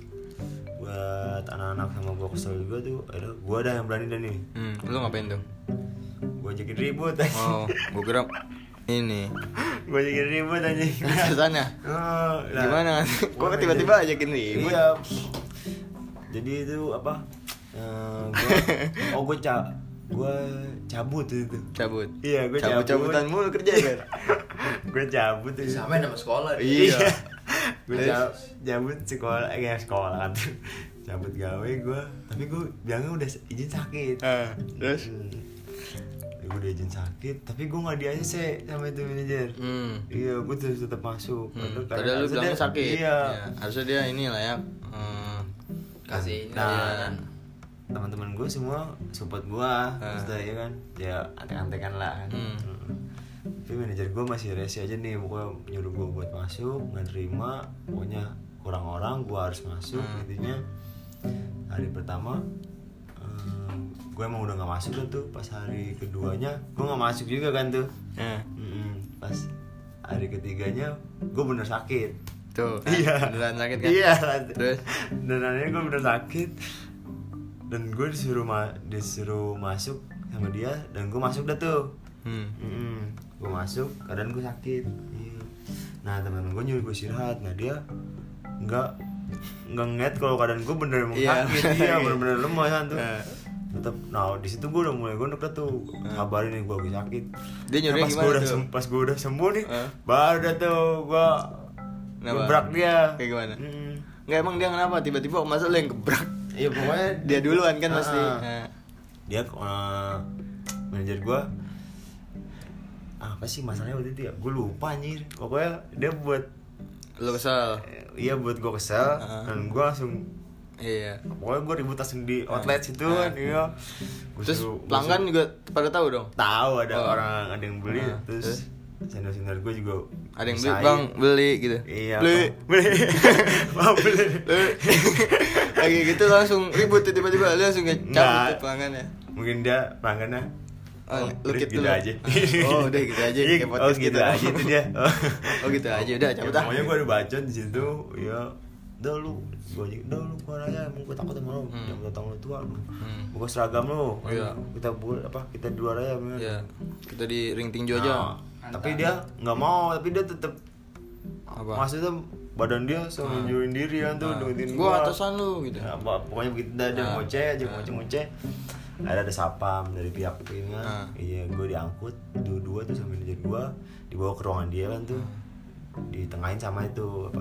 buat anak-anak sama gue kesel juga tuh. Akhirnya gue ada yang berani dan nih, Hmm, lu ngapain tuh? gue ajakin ribut. Oh, gua kira ini Gue ajakin ribut aja. atasannya. Oh, nah, Gimana? gua Kok tiba-tiba ajakin ribut? Iya. Jadi itu apa? Eh, gua, oh gue ca, gue cabut itu. Cabut. Iya, gue cabut. Cabut-cabutan mulu kerja kan? Gue cabut itu. Sama nama sekolah. Iya. Gue ca- cabut sekolah, eh kayak sekolah kan tuh. Cabut gawe gue, tapi gue bilangnya udah izin sakit. Ah, terus? Hmm. Gue udah izin sakit, tapi gue nggak di A C C sama itu manajer. Hmm. Iya, gue terus tetap masuk. Hmm. Padahal- Padahal lu harusnya bilangnya dia- sakit. Iya. Ya, harusnya dia ini lah ya. Hmm. Kasih. Nah, teman-teman gue semua support gue, Ah. maksudnya ya kan, ya antek-antekan lah kan. Hmm. Hmm. Tapi manajer gue masih rese aja nih, pokoknya nyuruh gue buat masuk, nggak terima, pokoknya kurang orang, gue harus masuk. Hmm. Intinya hari pertama eh, gue emang udah nggak masuk tuh, pas hari keduanya gue nggak masuk juga kan tuh. Ya. Mm-mm. Pas hari ketiganya gue bener sakit. Tuh. Kan? Iya. Beneran sakit kan? Iya. Terus? Dan akhirnya gue bener sakit. Dan gue disuruh ma- disuruh masuk sama dia, dan gue masuk dah tuh. Hmm. Mm-mm. Gue masuk, keadaan gue sakit. Iya. Nah teman gue nyuruh gue istirahat. Nah dia nggak nggak ngeliat kalau keadaan gue bener emang Iya. sakit. Iya bener-bener lemah kan tuh. Nah. Tetap, nah di situ gue udah mulai gondok dah tuh, kabarin nih gue lagi sakit. Dia nyuruhnya pas gimana gue udah tuh? sem- pas gue udah sembuh nih, Hah? baru dah tuh gue Kenapa? gebrak dia. Kayak gimana? Mm. Nggak, emang dia kenapa? Tiba-tiba masa lu yang gebrak? Iya pokoknya Dia duluan kan pasti. Ah, ah. Nah. Dia uh, manajer gue apa sih masalahnya waktu itu ya? Gue lupa anjir. Pokoknya dia buat Lu kesel. iya buat gue kesel, Ah. dan gue langsung Iya. pokoknya gue ribut langsung di outlet situ kan. Iya. Gua Terus suruh- gua pelanggan suruh- juga pada tahu dong. tahu ada Oh. orang ada yang beli. Ah, Terus terus? senior-senior gue juga Ada yang beli, usahain. "Bang, beli," gitu. Iya. Beli. Bang. Beli. Bang, beli. Beli. Lagi gitu langsung ribut tuh, tiba-tiba lu langsung cabut Nggak. tuh pelanggannya. Mungkin dia pelanggannya Oh, oh, lu udah keep gitu dulu. aja. Oh, udah gitu aja, Iya, kayak oh podcast gitu gitu. aja itu dia. Oh, Oh gitu aja, udah cabut ya, ah. pokoknya gue udah bacot di situ. Ya, udah lu, gue aja, udah lu keluar aja. Emang gue takut sama lu. Hmm. Jangan datang lu tua lu. Hmm. Buka seragam lu. Iya. Kita buat apa? Kita di luar aja. bener. Ya, kita di ring tinju aja. Nah, tapi dia nggak mau. Tapi dia tetap. Apa? Maksudnya badan dia selalu nunjukin diri kan tuh, Nah, dengerin gua atasan lu gitu. Ya, apa- pokoknya begitu dah, dia Nah. ngoceh aja, Nah. ngoceh-ngoceh. Ada ada sapam dari pihak ini kan. Nah. Iya, gue diangkut dua-dua tuh sama manajer gue, dibawa ke ruangan dia kan tuh. Ditengahin sama itu apa?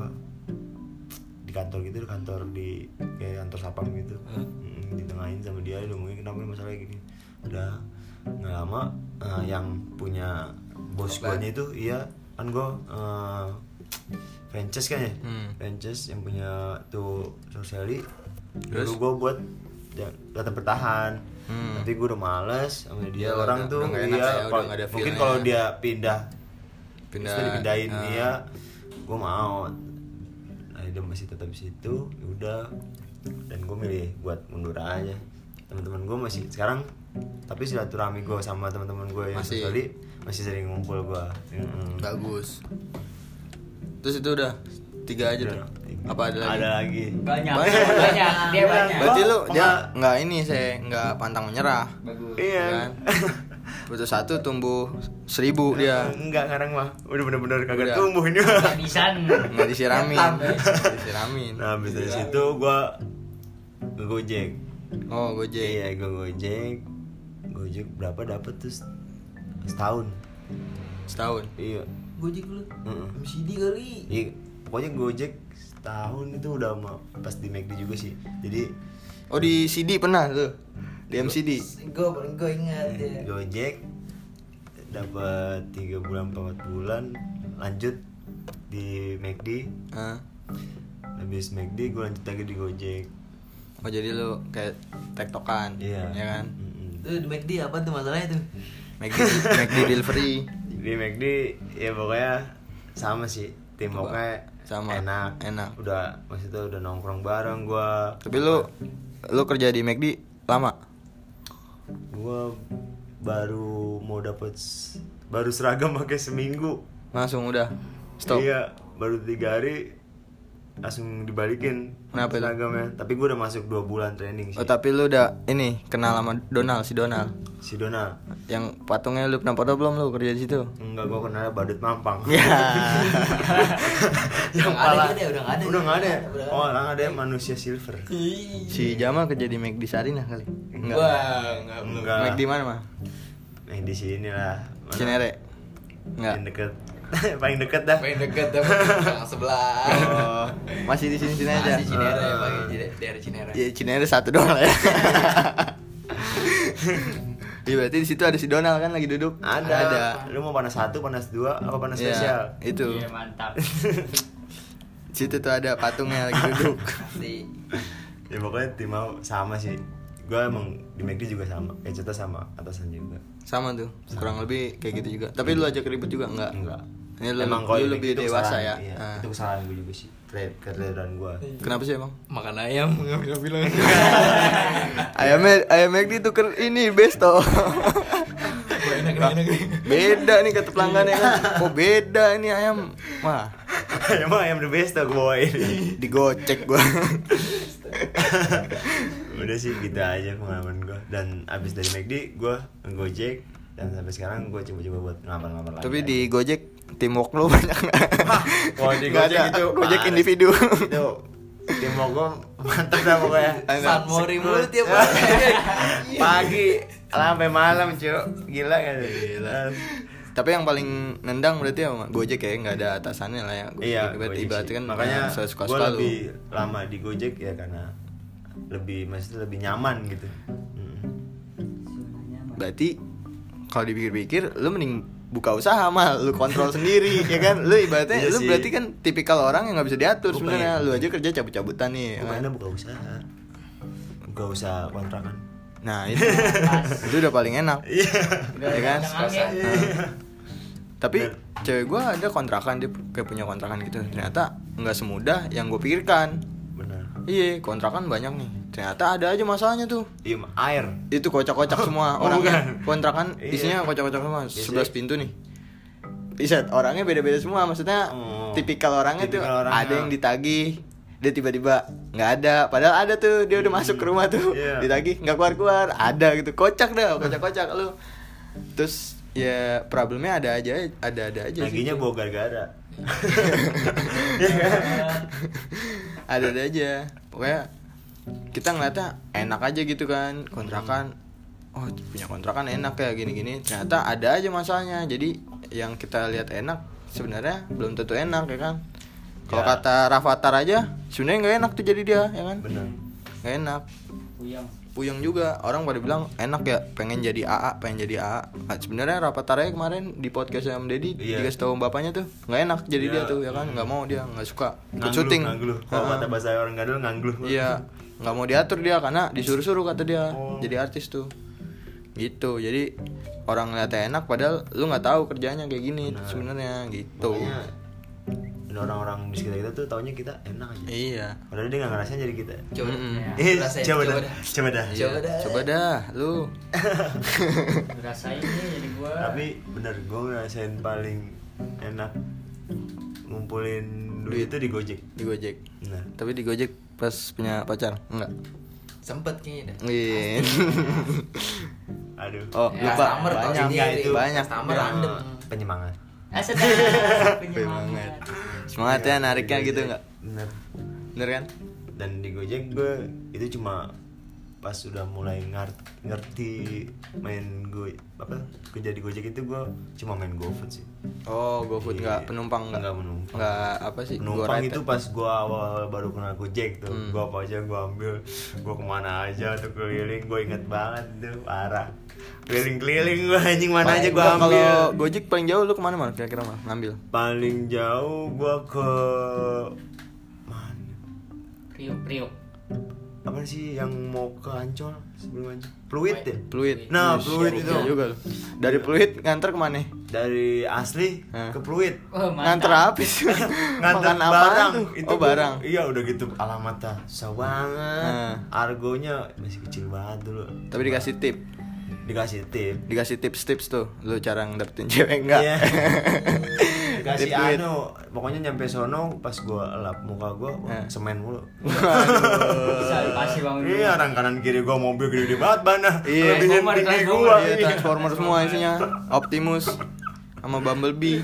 Di kantor gitu, di kantor di kayak kantor sapam gitu. Mm, ditengahin sama dia, dia ngomongin kenapa nih masalahnya gini. Udah nggak lama eh, yang punya bos gue itu iya kan gue uh, franchise kan ya, Hmm. franchise yang punya tuh Sosiali. Terus? Dulu gue buat ya, data bertahan. Hmm. Tapi gue udah males sama dia. Iya, Orang udah- tuh udah nggak enak iya, ya, udah kalau- nggak ada mungkin feel-nya. kalau dia pindah Pindah. Terus dia dipindahin Ah. dia, gue mau. Nah dia masih tetap di situ, ya udah. Dan gue milih buat mundur aja. Teman-teman gue masih sekarang, tapi silaturahmi gue sama teman-teman gue yang Masih. Sosiali masih sering ngumpul gue. Mm. Bagus. Terus itu udah Tiga aja tuh. Apa ada lagi? Ada lagi. Banyak. Banyak. Banyak. Dia banyak. Berarti lu Gua- dia gua- nggak ini saya nggak pantang menyerah. Bagus. Iya. Kan? Putus satu tumbuh seribu dia. Enggak sekarang mah. Udah bener-bener kagak Udah. tumbuh ini mah. Habisan. Nggak disiramin. Ketam. Nggak disiramin. Nah, habis dari situ gua ngegojek. Oh, Gojek. Iya, gua gojek. Gojek berapa dapat tuh? Setahun. Setahun. Iya. Gojek lu. Heeh. M C D kali. Iya, pokoknya gojek setahun itu udah ma- pas di McD juga sih. Jadi Oh, di C D pernah tuh. Di M C D. Gue gue ingat ya. gojek dapat tiga bulan empat bulan, lanjut di McD. Ah. Habis McD gue lanjut lagi di gojek. Oh, jadi lu kayak tektokan. Iya. Ya kan? Mm-mm. Tuh di McD apa tuh masalahnya tuh? McD McD delivery. Di McD ya pokoknya sama sih, teamworknya Sama. enak, Enak. Udah maksudnya udah nongkrong bareng gua. Tapi lu lu kerja di McD lama? Gua baru mau dapet s- baru seragam pakai seminggu. Langsung udah stop. Iya, baru tiga hari langsung dibalikin Kenapa itu? seragamnya. Tapi gue udah masuk dua bulan training sih. Oh, tapi lu udah ini kenal sama Donald, si Donald. Si Donald. Yang patungnya lu pernah foto belum lu kerja di situ? Enggak, gue kenal badut mampang. Ya. Yang Udah nggak ada pala. dia, udah nggak ada. Udah nggak ada. Udah nggak ada. Oh, orang ada yang manusia silver. Si Jamal kerja di McD Sarinah kali. Enggak. Wah, enggak belum. Enggak. McD mana mah? Yang di sini lah. Mana? Cinere. Enggak. Yang deket. Paling deket dah. Paling deket tapi yang sebelah. Oh, masih di sini-sini aja. Masih Cinere ya, Ah. pakai Cine- daerah Cinere. Ya Cinere satu doang lah ya. Iya, berarti di situ ada si Donald kan lagi duduk. Ada. Ada. Lu mau panas satu, panas dua, apa panas Iya, spesial? itu. Iya, mantap. Di situ tuh ada patungnya lagi duduk. Di Ya pokoknya tim mau sama sih. Gue emang di McD juga sama. Kayak cerita sama atasan juga. Sama tuh, kurang lebih kayak gitu juga. Tapi lu ajak ribut juga enggak? Enggak. Ini lu, Emang lu kalau di lebih McD itu dewasa kesalahan, ya. Iya, Ah. itu kesalahan gue juga sih. Keteledoran gue. Kenapa sih emang? makan ayam nggak bilang-bilang. Ayamnya ayam McD tuker ini besto. Wah, enak nih, enak nih. Beda nih kata pelanggannya kan. Kok beda ini ayam? Wah, Emang ayam the best tuh gue bawain. digocek gua. Udah sih gitu aja pengalaman gue. Dan abis dari McD gue ngegojek. Dan sampai sekarang gue coba-coba buat ngelamar-ngelamar lagi. Tapi di Gojek teamwork lu banyak nggak? Kalau di Nggak Gojek ada. itu Gojek parah. individu. Itu tim gue mantep dah pokoknya. San Mori mulu tiap hari. Pagi sampai malam cuy. Gila kan? Gila. Tapi yang paling nendang berarti sama Gojek ya, nggak ada atasannya lah ya. Gojek. Iya, Berarti Gojek ibaratnya sih. kan makanya saya suka gue suka lu. lebih lama di Gojek ya karena lebih maksudnya lebih nyaman gitu. Mm. Berarti kalau dipikir-pikir lu mending buka usaha mah, lu kontrol sendiri ya kan. Lu ibaratnya Iya lu sih. berarti kan tipikal orang yang nggak bisa diatur Gua sebenarnya. pengen- Lu aja kerja cabut-cabutan nih. Ya Gue kan? pengennya buka usaha, buka usaha kontrakan. Nah, itu itu udah paling enak. Iya. Ya kan? Angin. Nah. Tapi Bener. cewek gue ada kontrakan, dia kayak punya kontrakan gitu. Ternyata nggak semudah yang gue pikirkan. Benar. Iya, kontrakan banyak nih. Ternyata ada aja masalahnya tuh. Iya, air. Itu kocak-kocak semua Oh, orangnya. bukan. Kontrakan Iya. isinya kocak-kocak semua. Biasanya- sebelas pintu nih. Bisa orangnya beda-beda semua. Maksudnya Oh. tipikal orangnya tuh Tipikal orangnya. ada yang ditagih, dia tiba-tiba nggak ada. Padahal ada tuh, dia udah masuk ke rumah tuh. Iya. Ditagih nggak keluar-keluar. Ada gitu. Kocak dah, kocak-kocak lu. Terus ya problemnya ada aja, ada-ada aja sih. Naginya bawa gara-gara. Ada-ada aja. Pokoknya kita ngeliatnya enak aja gitu kan, kontrakan. Oh, punya kontrakan enak ya gini-gini. Ternyata ada aja masalahnya. Jadi yang kita lihat enak sebenarnya belum tentu enak ya kan. Kalau Ya. kata Rafathar aja sebenarnya nggak enak tuh jadi dia ya kan. Benar. Nggak enak. Puyeng. Puyeng juga. Orang pada bilang enak ya, pengen jadi A A, pengen jadi A A. Nah, sebenarnya Rafathar aja kemarin di podcast sama Deddy Iya. dikasih tahu bapaknya tuh nggak enak jadi Iya. dia tuh ya kan, nggak mau dia, nggak suka ikut Ngangluh, syuting. ngangluh. Kalau Heeh. kata bahasa orang gadul ngangluh. Iya, nggak mau diatur dia karena disuruh-suruh kata dia Oh. jadi artis tuh. Gitu. Jadi orang ngeliatnya enak padahal lu nggak tahu kerjanya kayak gini Benar. sebenarnya gitu. Makanya, dan orang-orang di sekitar kita tuh taunya kita enak aja. Iya. Padahal dia nggak ngerasain jadi kita. Coba. Mm-mm. Eh, Rasain, coba coba dah. dah. Coba dah. Iya. Coba dah. Coba dah, lu. Rasain deh jadi gua. Tapi bener gue ngerasain paling enak ngumpulin duit itu di Gojek. Di Gojek. Nah, Tapi di Gojek pas punya pacar enggak? Sempet kayaknya dah. Wih. aduh. Oh, Ya, lupa. customer tau Banyak sendiri. itu. Banyak. Customer Ya. random. Penyemangat. Asal Banget. penyemangat. Semangat ya Iya, nariknya di gitu Gojek. enggak? Bener. Bener kan? Dan di Gojek gue itu cuma pas udah mulai ngar- ngerti main gue apa kerja di Gojek itu gue cuma main GoFood sih. Oh, GoFood enggak Iya. penumpang enggak? Enggak penumpang. Enggak apa sih? Penumpang Go-ride itu ya? pas gue awal baru kenal Gojek tuh, Hmm. gue apa aja gue ambil, gue kemana aja tuh keliling, gue inget banget tuh parah. Keliling-keliling gue anjing mana aja gue Kalau ambil. Gojek paling jauh lu kemana mal kira-kira mal ngambil? Paling jauh gue ke mana? Priuk, priuk. Apa sih yang mau ke Ancol sebelum Ancol? Pluit ya? Pluit. Nah, Wih, Pluit iya itu. juga lu. Dari Pluit nganter kemana? Dari asli Hah? ke Pluit. Oh, Nganter mantap. apa sih? Nganter Makan apaan barang tuh? itu Oh, gua- barang. Iya udah gitu alamatnya susah banget. Hah. Argonya masih kecil banget dulu. Tapi dikasih tip. Dikasih tip. Dikasih tips-tips tuh. Lu cara ngedapetin cewek enggak? Iya. Dikasih Tip duit. anu, pokoknya nyampe sono pas gua elap muka gua, wah, Hah. semen mulu. Bisa dikasih bang. Iya, orang kanan kiri gua mobil gede banget banget. Iya. Lebihin Transformer, tinggi Transformer. gua. Iya, Transformer semua isinya. Optimus sama Bumblebee.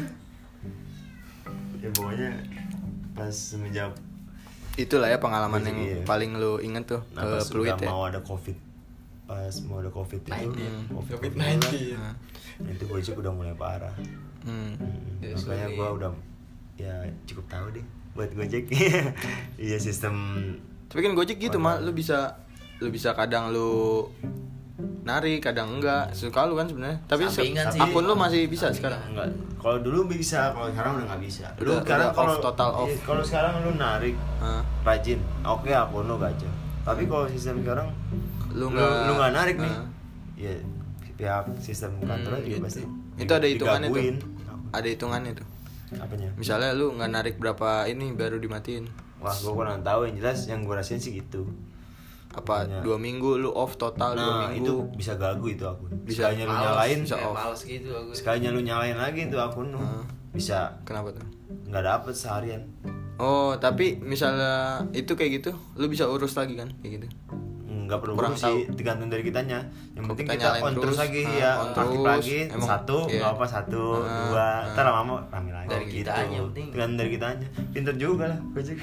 Ya pokoknya pas semenjak Itulah ya pengalaman yang Iya. paling lu inget tuh nah, ke pas Pluit udah ya. mau ada Covid. Pas mau ada Covid itu, nineteen. Covid covid mulai, nineteen. Nah, nah, itu Gojek udah mulai parah. hmm. Hmm, Ya, makanya sulit. gua udah ya cukup tahu deh buat Gojek. Iya sistem. Tapi kan Gojek gitu mah, lu bisa lu bisa kadang lu narik, kadang enggak. Suka lu kan sebenarnya. Tapi se- Sampingan sih. akun lu masih bisa Sampingan. sekarang. Enggak. Kalau dulu bisa, kalau sekarang udah nggak bisa. Dulu Udah- sekarang udah kalau off, total off. iya, kalau sekarang lu narik Hah? rajin, oke akun lu gacor. Tapi kalau sistem sekarang Lu lu nggak- lu nggak narik nih. Hah? Ya pihak sistem kantornya Hmm, juga gitu. pasti. Itu ada hitungannya tuh. digaguin. Ada hitungannya tuh. Apanya? Misalnya lu nggak narik berapa ini baru dimatiin. Wah, gua kurang tahu, yang jelas yang gua rasain sih gitu. Apa Makanya. dua minggu lu off total dua Nah, minggu. itu bisa gagu itu akun. Bisa. Sekalinya lu Males, nyalain, bisa kayak off. males gitu aku. sekalinya lu nyalain lagi itu akun lu. Hah. Bisa Kenapa tuh? nggak dapet seharian. Oh, tapi misalnya itu kayak gitu, lu bisa urus lagi kan kayak gitu. Nggak perlu Kurang urus sih, tergantung dari kitanya. Yang Kalau penting kita kita, nyalain on terus terus, lagi ah, ya, on aktif terus. lagi Emang, satu, iya. nggak apa satu, Ah, dua, ah. ntar lama-lama rame lagi. Dari gitu. kitanya yang penting. Tergantung dari kitanya. Pinter juga lah Gojek.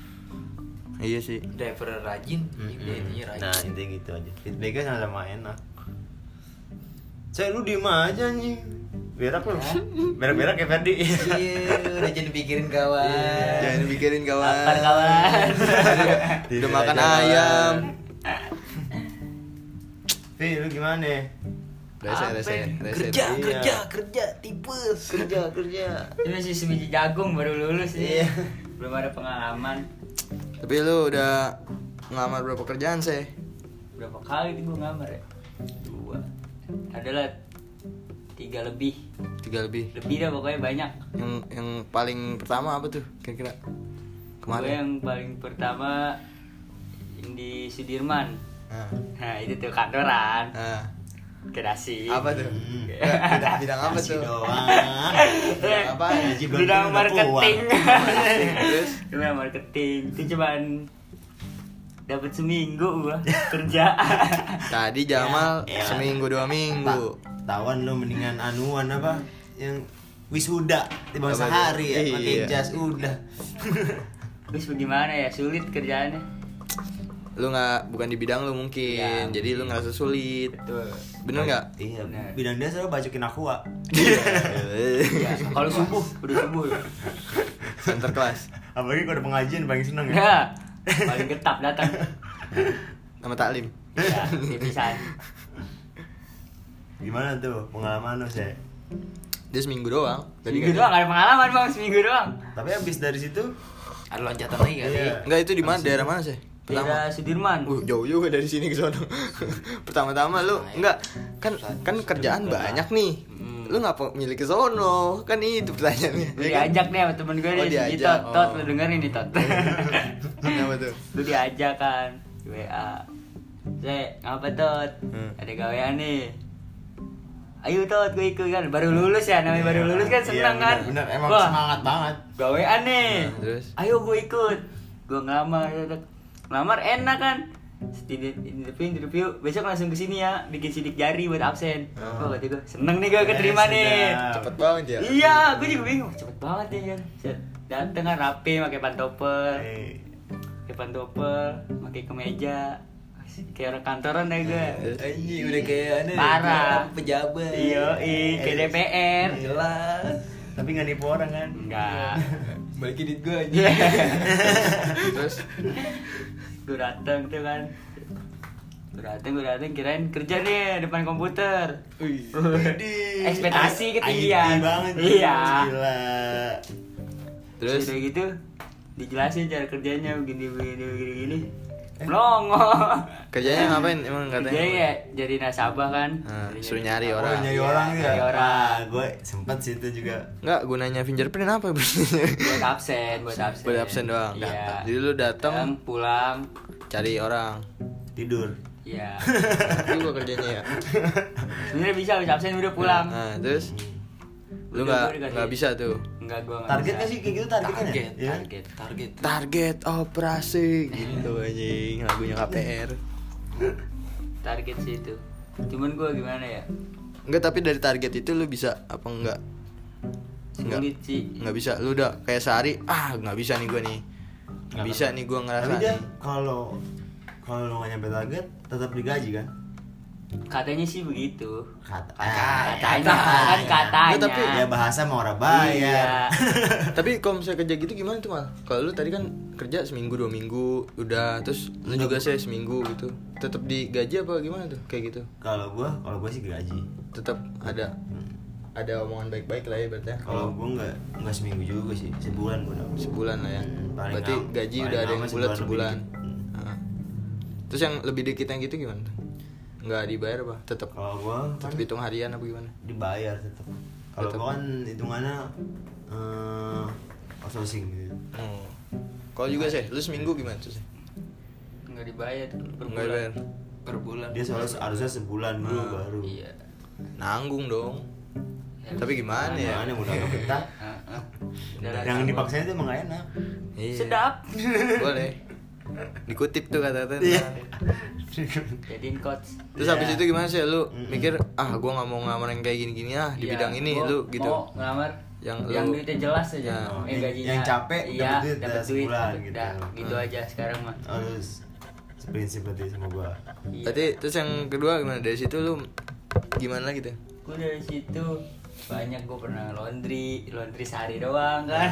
Iya sih. Driver rajin, dia intinya rajin. Nah intinya gitu aja. Feedbacknya sama-sama enak. Saya lu diem aja nih. Berak lu. Berak-berak kayak Ferdi. Iya, udah jadi pikirin kawan. Jangan pikirin kawan. Lapar kawan. Udah makan ayam. Fi, lu gimana? Rese, rese, rese. Kerja, Iya. kerja, kerja, tipes. Kerja, kerja. Ini masih sebiji jagung baru lulus Iya. ya. Belum ada pengalaman. Tapi lu udah ngelamar berapa kerjaan sih? Berapa kali tuh gue ngamar ya? Dua. Adalah tiga lebih. Tiga lebih. Lebih dah pokoknya banyak. Yang yang paling pertama apa tuh kira-kira? Gue Kemarin. yang paling pertama yang di Sudirman. Nah, Nah itu tuh kantoran. nah. Kedasi. Apa tuh? Hmm. Bidang, bidang apa Nasi tuh? doang. Bidang apa? Gaji belum Bidang tentu udah marketing. Terus? Bidang marketing. Itu cuman dapat seminggu gua kerja. Tadi Jamal Ya, elah. seminggu dua minggu. Ta- Tawan lu mendingan anuan apa? Yang wisuda timbang Apa sehari tuh? ya, Iya. pakai jas udah. Terus bagaimana ya? Sulit kerjaannya. Lu nggak bukan di bidang lu mungkin, Iya. jadi lu ngerasa sulit. Betul. Bener nggak? Iya, Bener. bidang dia selalu bacokin aku, Wak. Ya, kalau subuh, udah subuh. Center kelas Apalagi kalau ada pengajian paling seneng ya. Ya, paling getap datang. sama taklim. Ya, titisan. Gimana tuh pengalaman lu, sih? Dia seminggu doang. Tadi Seminggu kan- doang, ada pengalaman bang, seminggu doang. Tapi habis dari situ Ada loncatan lagi kali. Iya. Enggak, itu di mana? Daerah mana sih? Daerah Pertama. Sudirman. Uh, jauh juga dari sini ke sono. Pertama-tama lu enggak kan kan kerjaan banyak nih. Lu ngapa milih ke sono? Kan itu pertanyaannya. Lu ya kan? diajak nih sama temen gue Oh, nih, si diajak. Tot, Tot, Oh. lu dengerin nih Tot. Kenapa tuh? Lu diajak kan, W A. Saya ngapa Tot? Hmm. Ada gawean nih. ayo Tot gue ikut kan, baru lulus ya, namanya baru lulus kan senang Iya, kan. bener, bener. Emang Wah, Semangat banget. gawean nih. Nah, terus? Ayo gue ikut. Gue ngelamar, ngelamar enak kan. Interview, interview, interview, besok langsung kesini ya, bikin sidik jari buat absen. Oh. Wah, kata gue, seneng nih gue keterima Eh, nih. sedap. Cepet banget ya. Iya, gue juga bingung, cepet banget ya kan. Set, dateng kan rapi, pakai pantopel, Eh, pakai pantopel, pakai kemeja, kayak orang kantoran deh gue. Anjing udah kayak aneh. Parah. Pejabat. Iya, kayak D P R. Gila. tapi nggak nipu orang kan? Enggak. Balikin duit gue aja. Iya. Terus Gue dateng tuh kan. Gue dateng, gue dateng kirain kerja nih depan komputer. Wih. Widih. Ekspektasi I- ketinggian. I T banget. Iya. Gila. Terus? Udah gitu dijelasin cara kerjanya begini begini begini gini. Melongo. kerjanya ngapain emang katanya? Kerjanya ya jadi nasabah kan. Nah, Jadi suruh jadi- nyari Oh, orang. nyari Iya, orang ya. nyari orang. gue sempet sih itu juga. Enggak, gunanya fingerprint apa? Buat absen, buat absen. Buat absen doang. Iya. Jadi lu datang Datang, pulang. cari orang. Tidur. Iya. Itu gua kerjanya ya. Sebenarnya bisa habis absen udah pulang. Nah, terus lu Udah, nggak gua dikasih- nggak bisa tuh. Enggak gua enggak. Target nggak sih kayak gitu target kan ya? Target, Iya. Target. Target. Target operasi gitu anjing, lagunya K P R. Target sih itu. Cuman gua gimana ya? Enggak, tapi dari target itu lu bisa apa enggak? Enggak. Sulit sih. Nggak bisa. Lu udah kayak sehari, ah nggak bisa nih gua nih. Nggak bisa nih gua ngerasa Tapi dia nih. kalau kalau lo nggak nyampe target tetap digaji kan? Katanya sih begitu. Kata. Katanya, Kata. kan katanya. Nggak, tapi Ya bahasa mau orang Iya. bayar. Tapi kalau misalnya kerja gitu gimana tuh mal? Kalau lu tadi kan kerja seminggu dua minggu udah, terus lu juga sih seminggu gitu, tetap digaji apa gimana tuh kayak gitu? Kalau gua, kalau gua sih gaji. Tetap ada ada omongan baik-baik lah ya berarti. ya? Kalau gua nggak nggak seminggu juga sih, sebulan gua dapat. Sebulan lah ya. Hmm, paling Berarti lama- gaji paling udah ada yang lama bulat sebulan sebulan. lebih dikit. Nah. Terus yang lebih dikit yang gitu gimana tuh? Nggak dibayar apa? Tetap Kalau gua kan tetap hitung harian apa gimana? dibayar tetap. Kalau Tetep. gua kan hitungannya eh outsourcing gitu. Oh. Kalau juga sih, lu seminggu gimana tuh sih? Enggak dibayar tuh per Nggak bulan. dibayar. Per bulan. Dia soalnya harusnya sebulan dulu Hmm. baru. Iya. Nanggung dong. Ya, Tapi gimana ya? Gimana udah nggak betah. Heeh. Udah Yang lah, dipaksain itu emang nggak enak. Iya. sedap. Boleh. Dikutip tuh kata-kata. Iya. Jadiin coach. Terus Iya. habis itu gimana sih lu Mm-mm. mikir ah gua nggak mau ngelamar yang kayak gini-gini ah di Iya, bidang ini gua lu gitu. Mau ngelamar Yang yang lu- duitnya jelas aja. Ya. Oh, Eh, yang- gajinya. yang capek, iya, dapet duit dapat dah duit sebulan gitu. gitu. Dah, gitu Hmm. aja sekarang mah. Harus prinsip berarti sama gua. Iya. Berarti terus yang kedua gimana dari situ lu gimana gitu? Gue dari situ banyak gue pernah laundry, laundry sehari doang kan.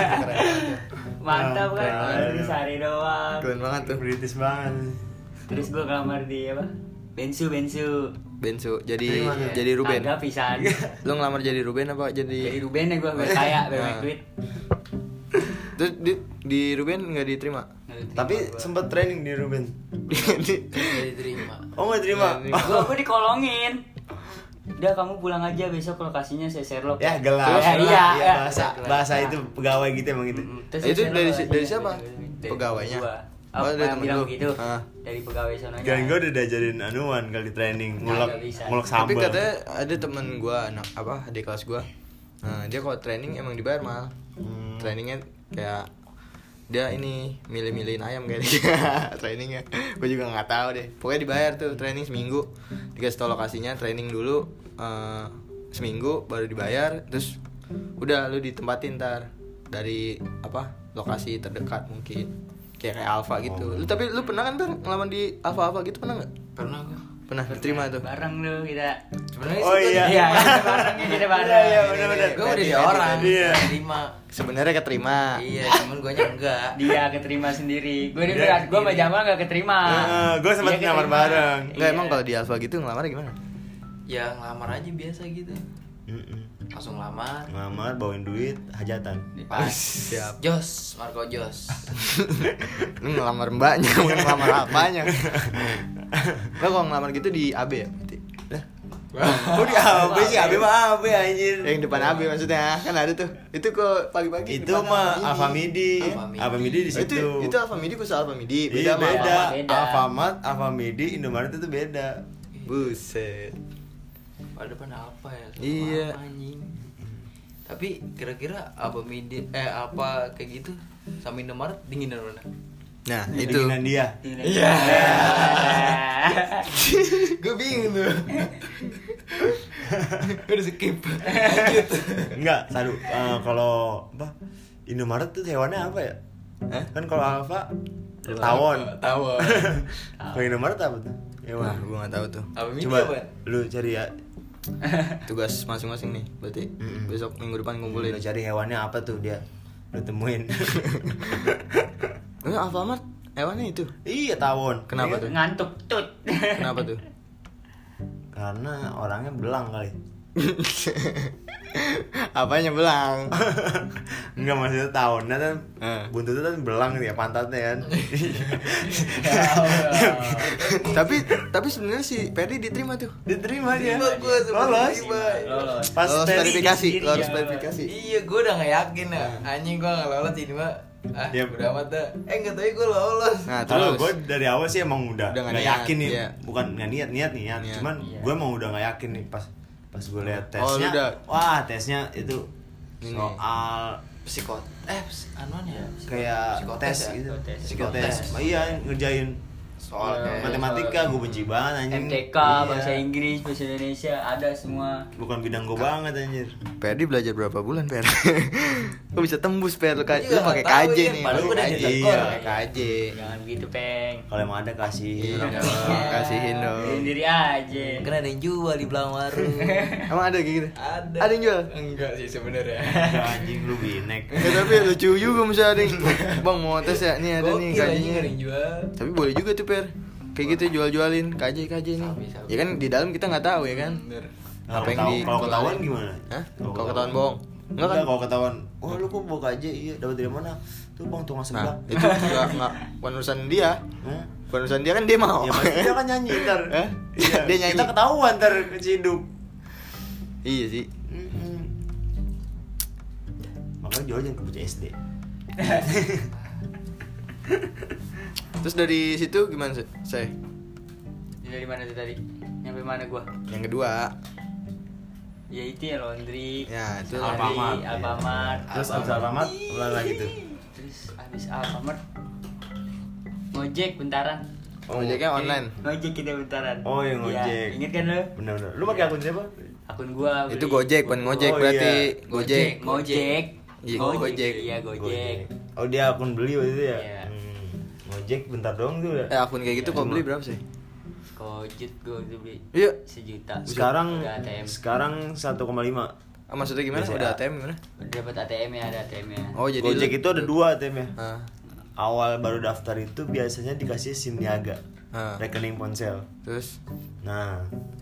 Mantap kan, Keren. laundry sehari doang. Keren banget tuh. British banget. Terus gue ngelamar di apa? Bensu, bensu. Bensu jadi Dari mana? jadi Ruben. Agak pisan. Lu ngelamar jadi Ruben apa jadi Jadi Ruben ya gue, gue kaya, banyak Nah. duit. Terus di, di Ruben nggak diterima? Nggak diterima Tapi gua. sempet training di Ruben. Di- Nggak diterima. Oh nggak terima? Nggak terima. Gua, gua dikolongin. Udah kamu pulang aja, besok lokasinya saya Sherlock. Ya gelap. Terus, Ya, iya, iya. bahasa bahasa itu pegawai gitu emang gitu. Mm, terus Itu saya dari Sherlock dari aja, siapa? dari Pegawainya? gua. Oh, Oh, dari yang temen bilang lu. begitu. Ah. Dari pegawai sononya. Kan gue udah diajarin anuan kali training Nggak, ngulek nggak bisa. ngulek Tapi sambal. katanya ada temen gua anak apa di kelas gua. Nah, dia kalau training emang dibayar mahal. Hmm. Trainingnya kayak dia ini milih-milihin ayam kayaknya trainingnya. Gue juga nggak tahu deh. Pokoknya dibayar tuh training seminggu. Dikasih tau lokasinya, training dulu eh, seminggu baru dibayar. Terus udah lu ditempatin ntar dari apa lokasi terdekat mungkin kayak kayak Alfa gitu. Lu tapi lu pernah kan ntar ngelamar di Alfa Alfa gitu pernah nggak? Pernah gua. Pernah diterima tuh. Bareng lu kita. Sebenarnya Oh sih gua iya. Iya, kita barengnya kita bareng. Iya, iya, bener-bener. Gue udah di Iya, orang, iya. terima. Sebenarnya keterima. Iya, cuman gue enggak. Dia keterima sendiri. Gue di Dia berat, gue sama sendiri. Jamal gak keterima. Heeh, gua sempet Dia ngelamar keterima. bareng. Enggak Iya. emang kalau di Alfa gitu ngelamar gimana? Ya ngelamar aja biasa gitu. Mm-mm. Langsung lamar. Ngelamar bawain duit hajatan. Pas. Siap. Jos, Marco Jos. Lu ngelamar mbaknya, bukan ngelamar apanya. Lo kalau ngelamar gitu di A B ya? Berarti? Lah, Oh di A B sih, A B mah A B anjir. yang depan A B maksudnya kan ada tuh. Itu kok pagi-pagi Itu depan mah Alfamidi. Alfa Midi. Alfa Midi. Alfa Midi di Oh, itu situ. itu Alfamidi khusus Alfamidi. Iya sama beda. Alfamart. Beda. Alfamart, Alfa Midi, Indomaret itu beda. Buset. Padahal depan apa ya? Sama Iya. apa, anjing. Tapi kira-kira apa midi eh apa kayak gitu sama Indomaret dinginan mana? Nah Itu itu dinginan dia. Iya. Gue bingung tuh. Udah skip. Lanjut. Enggak, sadu. Eh, kalau apa? Indomaret tuh hewannya apa ya? Hah? Kan kalau Alfa tawon. Tawon. Kalau Indomaret apa tuh? Wah Hewan. gue gak tahu tuh. Apa midi Coba apa? lu cari ya. Tugas masing-masing nih. Berarti Mm-mm. besok minggu depan ngumpulin. Lu cari hewannya apa tuh dia. Lu temuin. Enggak Alfamart hewannya itu. Iya, tawon. Kenapa Iya. tuh? Ngantuk tut. Kenapa tuh? Karena orangnya belang kali. Apanya belang? Enggak, maksudnya tawonnya kan Eh. buntutnya kan belang nih ya, pantatnya kan. tapi tapi sebenarnya si Ferdi diterima tuh. Diterima dia. Bagus, Lolos. Lolos. Pas Lolos tes verifikasi, sendiri, lolos ya. verifikasi. Iya, gue udah gak yakin ya. Anjing gue gak lolos ini mah. Ah, Ya. udah amat dah. Eh, gak tau ya gue lolos. Nah, Kalau terus gue dari awal sih emang udah Udah nggak nggak niat, yakin nih, iya. bukan nggak niat niat nih niat, Niat. cuman Iya. gue emang udah nggak yakin nih pas pas gue lihat Oh, lu tesnya, udah- wah tesnya itu Ini. soal Psikot. Eh, ps- anuan ya? kayak Psikotes tes ya? gitu, Psikotes. psikotes, Psikotes. iya ngerjain Soal kayak matematika gue benci banget M anjing. T K, Iya. bahasa Inggris, bahasa Indonesia ada semua. Bukan bidang gue banget anjir. Ferdi belajar berapa bulan Per? Kok bisa tembus Per? Lu, ka- Juga lu pakai nggak tahu K J ya, nih. padahal Lu gua udah K J. nyetekor. Iya, K J. Jangan gitu, Peng. Kalau emang ada kasih. Iya, kasihin dong. Sendiri aja. Kan ada yang jual di belakang warung. Emang ada kayak gitu? Ada. Ada yang jual? Enggak sih sebenarnya. Anjing lu binek. Ya, tapi lucu juga misalnya ada yang Bang mau tes ya? Nih ada nih Gokil, anjing K J-nya. ada yang jual. Tapi boleh juga tuh Per. Kayak gitu jual-jualin K J K J nih. Sabi, sabi. Ya kan di dalam kita nggak tahu ya kan. Bener. Kalau Apa yang ketahuan- di kalau ketahuan keluarin. gimana? Hah? Kalau Kalau ketahuan bohong. Enggak kan? kalau ketahuan, wah lu kok bawa aja, iya dapat dari mana? Tuh bang tukang Nah, sebelah. itu enggak enggak bukan urusan dia. Hah? Bukan urusan dia kan dia mau. Ya pasti dia kan nyanyi ntar. Hah? Iya, Dia nyanyi. Kita ketahuan ntar keciduk. Iya sih. Mm-mm. Makanya jual jangan ke bocah S D. Terus dari situ gimana sih? Saya Dari mana tuh tadi? Nyampe mana gua? yang kedua. Ya itu ya laundry. Ya, itu Alfamart. Alfamart. Alfamart. Terus abis Alfamart ulang lagi tuh. Terus habis Alfamart ngojek bentaran. Oh, ngojeknya online. Ngojek kita bentaran. Oh, yang Iya, ngojek. inget kan lo? Bener-bener. Lu pakai akun siapa? Akun gua. Itu beli. Gojek, bukan ngojek Oh, berarti. iya. Gojek. Ngojek. Iya, Gojek. Iya, Gojek. Oh dia akun beli waktu itu ya? Iya. Hmm. Ngojek bentar doang tuh udah. Eh akun kayak gitu kalau beli berapa sih? Gojek gua udah beli Iya. sejuta. Sekarang Udah A T M. sekarang satu koma lima. Ah, maksudnya gimana? Biasa Udah ya. A T M gimana? Udah dapat A T M ya, ada A T M ya. Oh, jadi Gojek lu- itu ada dua A T M ya. Ah, Awal baru daftar itu biasanya dikasih SIM niaga, ah. rekening ponsel. Terus Nah,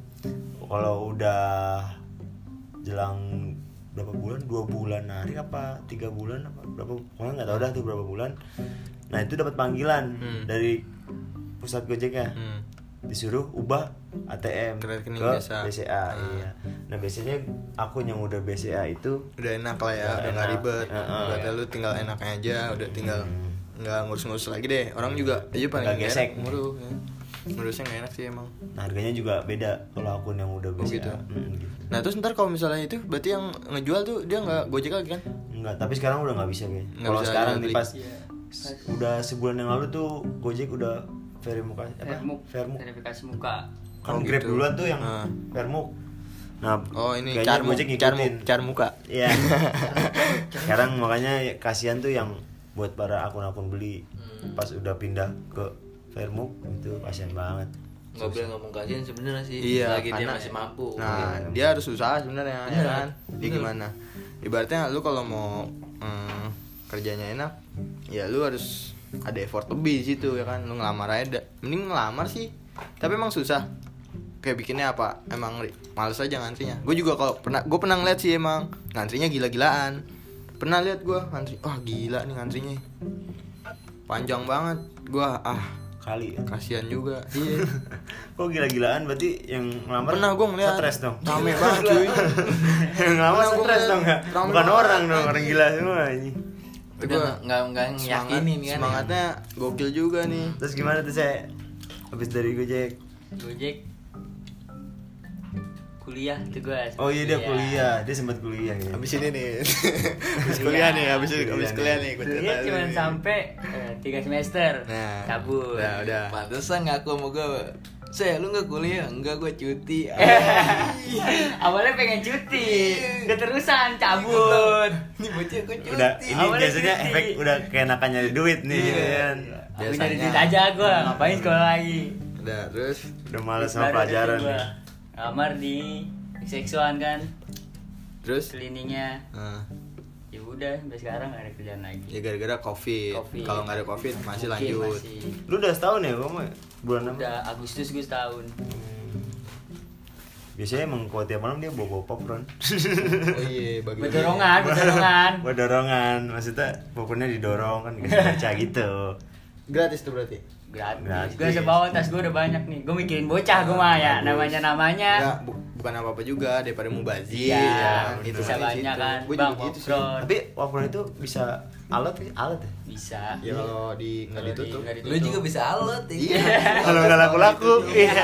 kalau udah jelang berapa bulan, dua bulan hari apa tiga bulan apa berapa, pokoknya nggak tahu dah tuh berapa bulan. Nah itu dapat panggilan Hmm. dari pusat Gojeknya, hmm. disuruh ubah A T M Ke rekening ke biasa. B C A. Ah. Iya. Nah biasanya akun yang udah B C A itu udah enak lah ya, Udah udah nggak enak. ribet. Heeh. Berarti lu tinggal enaknya aja, udah tinggal Hmm. nggak ngurus-ngurus lagi deh. Orang juga aja paling Nggak nggak gesek. enak ngurus. Ya. Ngurusnya nggak enak sih emang. nah, harganya juga beda kalau akun yang udah B Oh, C A. gitu. Mm, gitu. Nah terus ntar kalau misalnya itu berarti yang ngejual tuh dia nggak Gojek lagi kan? Enggak, tapi sekarang udah nggak bisa kayaknya. Nggak Kalau bisa sekarang jual nih beli. pas Iya. s- udah sebulan yang lalu tuh Gojek udah Vermuk apa? Vermuk. Vermuk. Verifikasi muka. Kan Oh, Grab gitu. duluan tuh yang Ah. Vermuk. Nah, Oh ini kayaknya carmu, Gojek carmu, ngikutin. carmuka. Iya. Sekarang makanya kasihan tuh yang buat para akun-akun beli pas udah pindah ke Vermuk itu kasihan banget. Nggak boleh ngomong kasihan sebenarnya sih. Iya, Lagi dia karena masih mampu. Nah, Iya. dia harus usaha sebenarnya, ya Bener. kan? Dia Bener. gimana? Ibaratnya lu kalau mau mm, kerjanya enak, ya lu harus ada effort lebih di situ ya kan. Lu ngelamar aja, da- mending ngelamar sih. Tapi emang susah. Kayak bikinnya apa? Emang ri- males aja ngantrinya. Gue juga kalau pernah, gue pernah ngeliat sih emang ngantrinya gila-gilaan. Pernah lihat gue ngantri, wah gila nih ngantrinya, panjang banget. Gue ah Kali ya. kasihan juga. Iya. Kok gila-gilaan berarti yang ngelamar Pernah gue ngeliat stres dong. rame banget cuy. Yang ngelamar Pernah gua stres ngeliat dong ya. rame Bukan banget. orang dong, orang gila semua ini. Udah nggak- nggak nggak ngeyakinin kan. Semangatnya gokil juga nih. Terus gimana tuh saya habis dari Gojek? Gojek kuliah tuh gue. Oh iya dia kuliah, dia sempat kuliah ya. Habis ini nih. Habis kuliah nih, habis habis kuliah nih. Gua Kuliah ceritain cuma nih. sampai eh, tiga semester. Nah, Cabut. Udah, udah. Pantesan ngaku sama gue. Saya lu nggak kuliah? Enggak, gue cuti. Awalnya pengen cuti, keterusan cabut. Ini bocah gue cuti. Udah ini Awalnya biasanya cuti. efek udah keenakan nyari duit nih gitu kan. Aku nyari Biasanya. duit aja gue, ngapain sekolah lagi? Udah, terus Udah males sama Baru ada pelajaran tuh gua. nih. Kamar di seksuan kan, terus cleaningnya. nah, Ya udah, sampai sekarang gak ada kerjaan lagi. ya gara-gara covid. Covid. Kalau nggak ada covid masih Mungkin lanjut. masih. Lu udah setahun ya kamu bulan apa? Udah Agustus gue setahun. Biasanya emang kalau tiap malam dia bawa-bawa popcorn. Oh iya, bagi. Berdorongan, berdorongan. Buat dorongan, maksudnya popcornnya didorong kan dikasih baca gitu. Gratis tuh berarti. Gratis. Gratis. Gue sebawa tas gue udah banyak nih. Gue mikirin bocah gue mah ya, Bagus. namanya namanya. Enggak, bu- bukan apa-apa juga daripada mubazir. Iya, kan. bener. bisa kan di banyak situ. kan. Gua Bang, juga gitu sih. popcorn. Tapi popcorn itu bisa alat alat ya? Bisa. Ya kalau di nggak Kalau di- ditutup. nggak Lu juga bisa alat ya. Iya. Kalau nggak laku-laku, iya.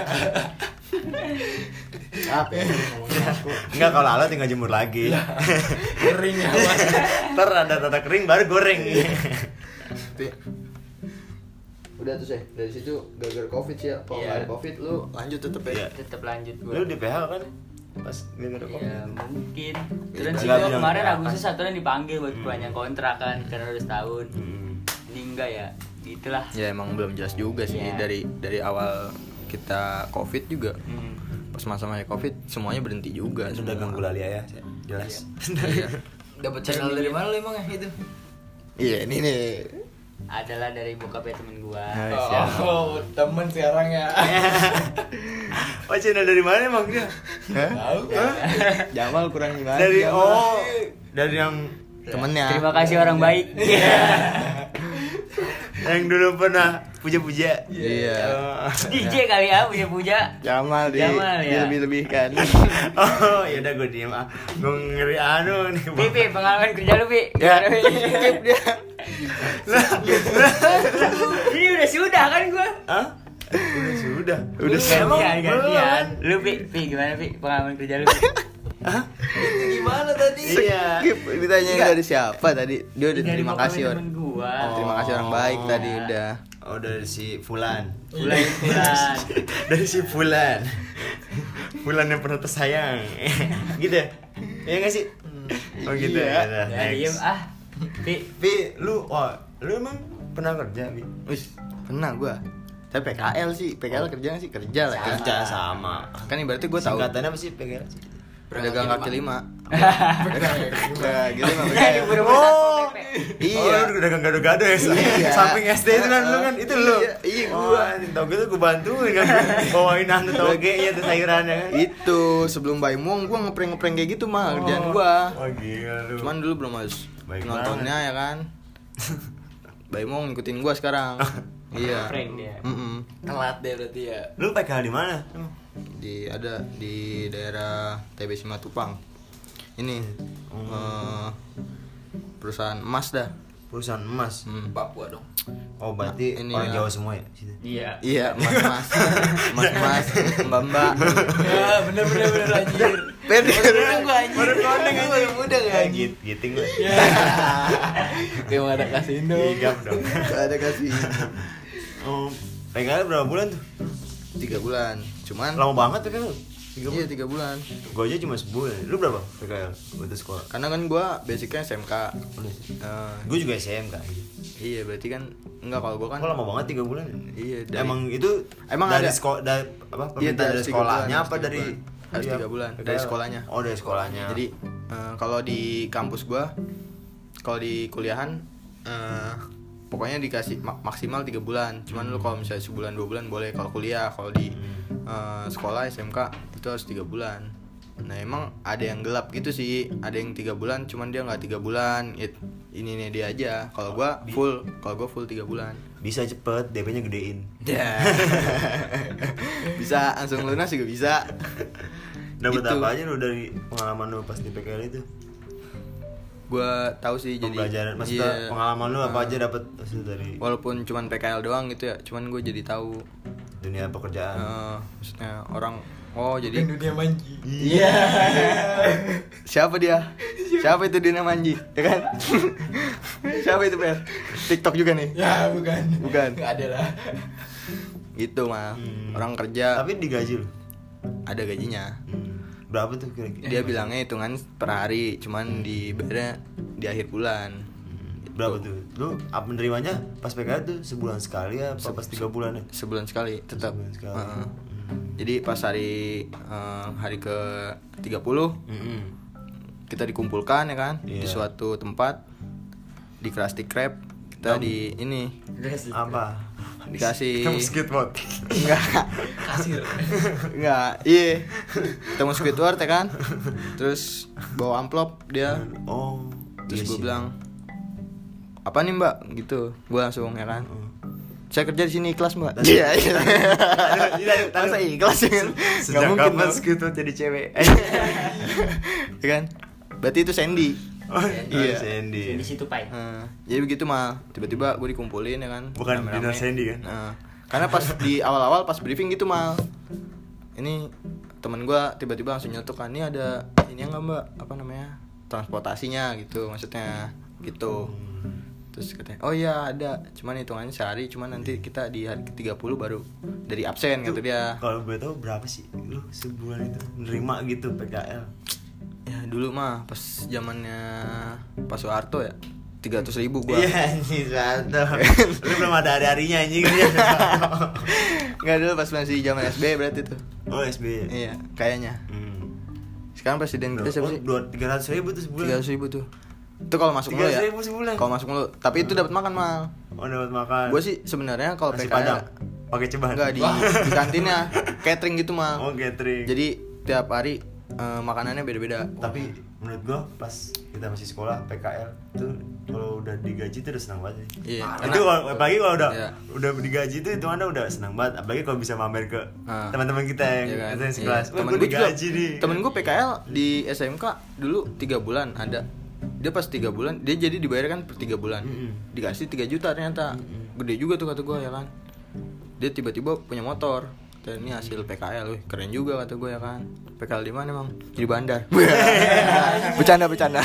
Apa ya? Ngomongin aku. Enggak kalau alat tinggal jemur lagi. Kering ya mas. Ntar ada tata kering baru goreng. Tapi- Udah tuh sih dari situ gara-gara covid sih ya. Kalau nggak Iya. ada covid lu lanjut tetep ya. Iya. Tetap lanjut gue. Lu di P H kan? Pas gara-gara Ya covid. mungkin. Ya, Terus sih nggak gue bilang kemarin apa. Agustus satunya dipanggil buat perpanjang kontrak kan karena udah setahun. Hmm. Ini enggak ya, gitulah. Ya emang belum jelas juga sih Iya. dari dari awal kita covid juga. Hmm. Pas masa-masa covid semuanya berhenti juga. Sudah semua. ganggu lali ya, jelas. Iya. Dapat channel dari mana lu emang ya itu? Iya ini nih. Adalah dari bokapnya temen gua. Nah, Oh, siap. oh, temen sekarang ya. Oh, channel dari mana emang dia? Hah? Tahu. Jamal kurang gimana? Dari Jamal. oh, dari yang temennya. Terima kasih orang baik. yang dulu pernah puja-puja. Iya. Oh. D J kali ya, puja-puja. Jamal di Jamal, ya. lebih-lebihkan. Oh, ya udah gue diem ah. Gue ngeri anu nih. Pi, Pi, pengalaman kerja lu, Pi. Ya, Gimana, Pi? skip dia. Ini udah sudah kan gua. Hah? Udah sudah. Udah Emang gantian, gantian. belum? Lu, Pi, Pi, gimana, Pi? Pengalaman kerja lu, Pi? Hah? Itu gimana tadi? Iya. Skip ditanyain dari siapa tadi? Dia udah Dari terima bokapnya kasih temen orang. gua. Oh, terima kasih orang baik tadi Iya. udah. Oh, dari si Fulan. Bulan, bulan. Dari si Fulan. Fulan yang pernah tersayang. Gitu ya? Iya nggak sih? Oh gitu Iya. ya. Ya, diem ah. Pi, Pi, lu, oh, lu emang pernah kerja, Pi? Wis, pernah gua. Tapi P K L sih, P K L kerja nggak sih? Kerja lah. Sama. Kerja sama. Kan ibaratnya gua tahu. Singkatannya apa sih P K L sih? Pedagang kaki lima. Pedagang kaki lima. Kayak buru-buru Oh. Satpol P P. Iya. Oh, lu udah gado-gado ya? Iya. Samping S D itu kan lu kan, itu lu. Iya, iya, Oh, gua. anjing, tau gitu gua bantuin kan. Bawain anu toge ya tuh sayurannya kan. Itu sebelum Baimong gua ngeprank-ngeprank kayak gitu mah kerjaan gua. Oh, gila lu. Cuman dulu belum harus Baik nontonnya ya kan. Baimong ngikutin gua sekarang. Iya. Prank dia. Mm-mm. Telat deh berarti ya. Lu P K L di mana? emang? Di ada di daerah T B Simatupang. Ini eh, perusahaan emas dah. Perusahaan emas. Hmm. Papua dong. Oh, berarti Ini orang ya. Jawa semua ya? Situ. Iya. Iya, emas-emas. Emas-emas, mbak-mbak. Ya, bener bener bener anjir. Pede. Udah gua anjir. Baru koneng Gua baru muda Ya, kan. git, giting lu. Kayak mau ada kasino. Igap dong. Gak ada kasih. Oh, P K L berapa bulan tuh? Tiga bulan. Cuman Lama banget P K L. Tiga iya bulan. tiga bulan. Gue aja cuma sebulan. Lu berapa P K L buat sekolah? Karena kan gua basicnya S M K. Udah. Eh, Gue juga S M K. iya berarti kan enggak kalau gua kan. Kok lama banget tiga bulan? Iya, dari- Emang itu Emang dari ada- sekolah dari apa? Iya, Permintaan dari tiga sekolahnya bulan, apa harus dari tiga bulan. Harus Iya, tiga bulan, P K L. dari sekolahnya. Oh, dari sekolahnya. Jadi eh, kalau di kampus gua kalau di kuliahan eh, pokoknya dikasih mak- maksimal tiga bulan. Cuman lu kalau misalnya sebulan dua bulan boleh kalau kuliah. Kalau di eh, sekolah S M K itu harus tiga bulan. Nah emang ada yang gelap gitu sih. Ada yang tiga bulan, cuman dia nggak tiga bulan. It, ini nih dia aja. Kalau gua full, kalau gua full tiga bulan. Bisa cepet, D P-nya gedein. Ya. Bisa langsung lunas juga bisa. Dapat Gitu. apa aja lu dari pengalaman lu pas di P K L itu? Gua tahu sih jadi Pembelajaran, maksudnya iya. pengalaman lu apa Ah. aja dapat hasil dari Walaupun cuman P K L doang gitu ya, cuman gue jadi tahu dunia pekerjaan. Eh, maksudnya orang oh jadi Bukan dunia manji. iya. Siapa dia? Siapa itu Dina Manji? Ya kan? Siapa itu Per? TikTok juga nih. Ya bukan. Bukan. Nggak ada lah. Gitu mah. Hmm. Orang kerja Tapi digaji lu. ada gajinya. Hmm. Berapa tuh kira-kira? Dia bilangnya hitungan per hari, cuman dibayarnya di akhir bulan. Hmm. Berapa tuh? Lu apa menerimanya pas P K L tuh sebulan sekali ya apa pas tiga bulan ya? Sebulan sekali tetap. Sebulan sekali. Heeh. Hmm. Jadi pas hari eh, hari ke tiga puluh Mm-mm. kita dikumpulkan ya kan di Iya. suatu tempat di Krusty Krab kita Dong. di ini Apa? dikasih Kamu skateboard. enggak Kasir. enggak iya ketemu Squidward ya kan terus bawa amplop dia Oh. terus iya gue sih. bilang apa nih mbak gitu gue langsung ya kan saya kerja di sini ikhlas mbak iya iya masa ikhlas ya kan nggak Sejak mungkin kapan dong. skateboard jadi cewek? ya kan berarti itu Sandy. Oh, Iya. Sandy. Di situ Pai. Nah, jadi begitu mal tiba-tiba gue dikumpulin ya kan Bukan rame-rame. dinner Sandy kan? Nah, karena pas di awal-awal pas briefing gitu mal ini temen gue tiba-tiba langsung nyetuk kan ini ada ini enggak mbak apa namanya transportasinya gitu maksudnya gitu terus katanya oh iya ada cuman hitungannya sehari cuman nanti kita di hari ke tiga puluh baru dari absen kata dia. Kalau boleh tahu berapa sih lu sebulan itu menerima gitu P K L? Ya dulu mah pas zamannya Pak Soeharto ya tiga ratus ribu gua. Iya anjing satu. Lu belum ada hari-harinya anjing. Nggak dulu pas masih zaman S B berarti tuh. Oh S B. Iya kayaknya. Hmm. Sekarang presiden kita siapa sih? Oh, tiga ratus ribu tuh sebulan. Tiga ratus ribu tuh. Itu kalau masuk mulu ya. tiga ratus ribu sebulan. Kalau masuk mulu. Tapi itu dapat makan mal. Oh dapat makan. Gua sih sebenarnya kalau Nasi P K L Padang. Pakai ceban. enggak di, di kantinnya catering gitu mal. Oh catering. Jadi tiap hari eh, makanannya beda-beda. Tapi menurut gua pas kita masih sekolah P K L tuh kalau udah digaji tuh udah senang banget sih. Iya, Nah, karena- itu kalau apalagi kalau udah Iya. udah digaji tuh itu anda udah senang banget. Apalagi kalau bisa mamer ke Ah. teman-teman kita yang Iya kan? kita yang Iya. sekelas. Wah, Temen gua gue juga, digaji nih. temen gue P K L di S M K dulu tiga bulan ada. Dia pas tiga bulan, dia jadi dibayarkan per tiga bulan. Mm-mm. Dikasih tiga juta ternyata. Gede juga tuh kata gue ya kan. Dia tiba-tiba punya motor. Dan ini hasil P K L, wih, keren juga kata gue ya kan. P K L di mana emang? Jadi bandar. bercanda bercanda.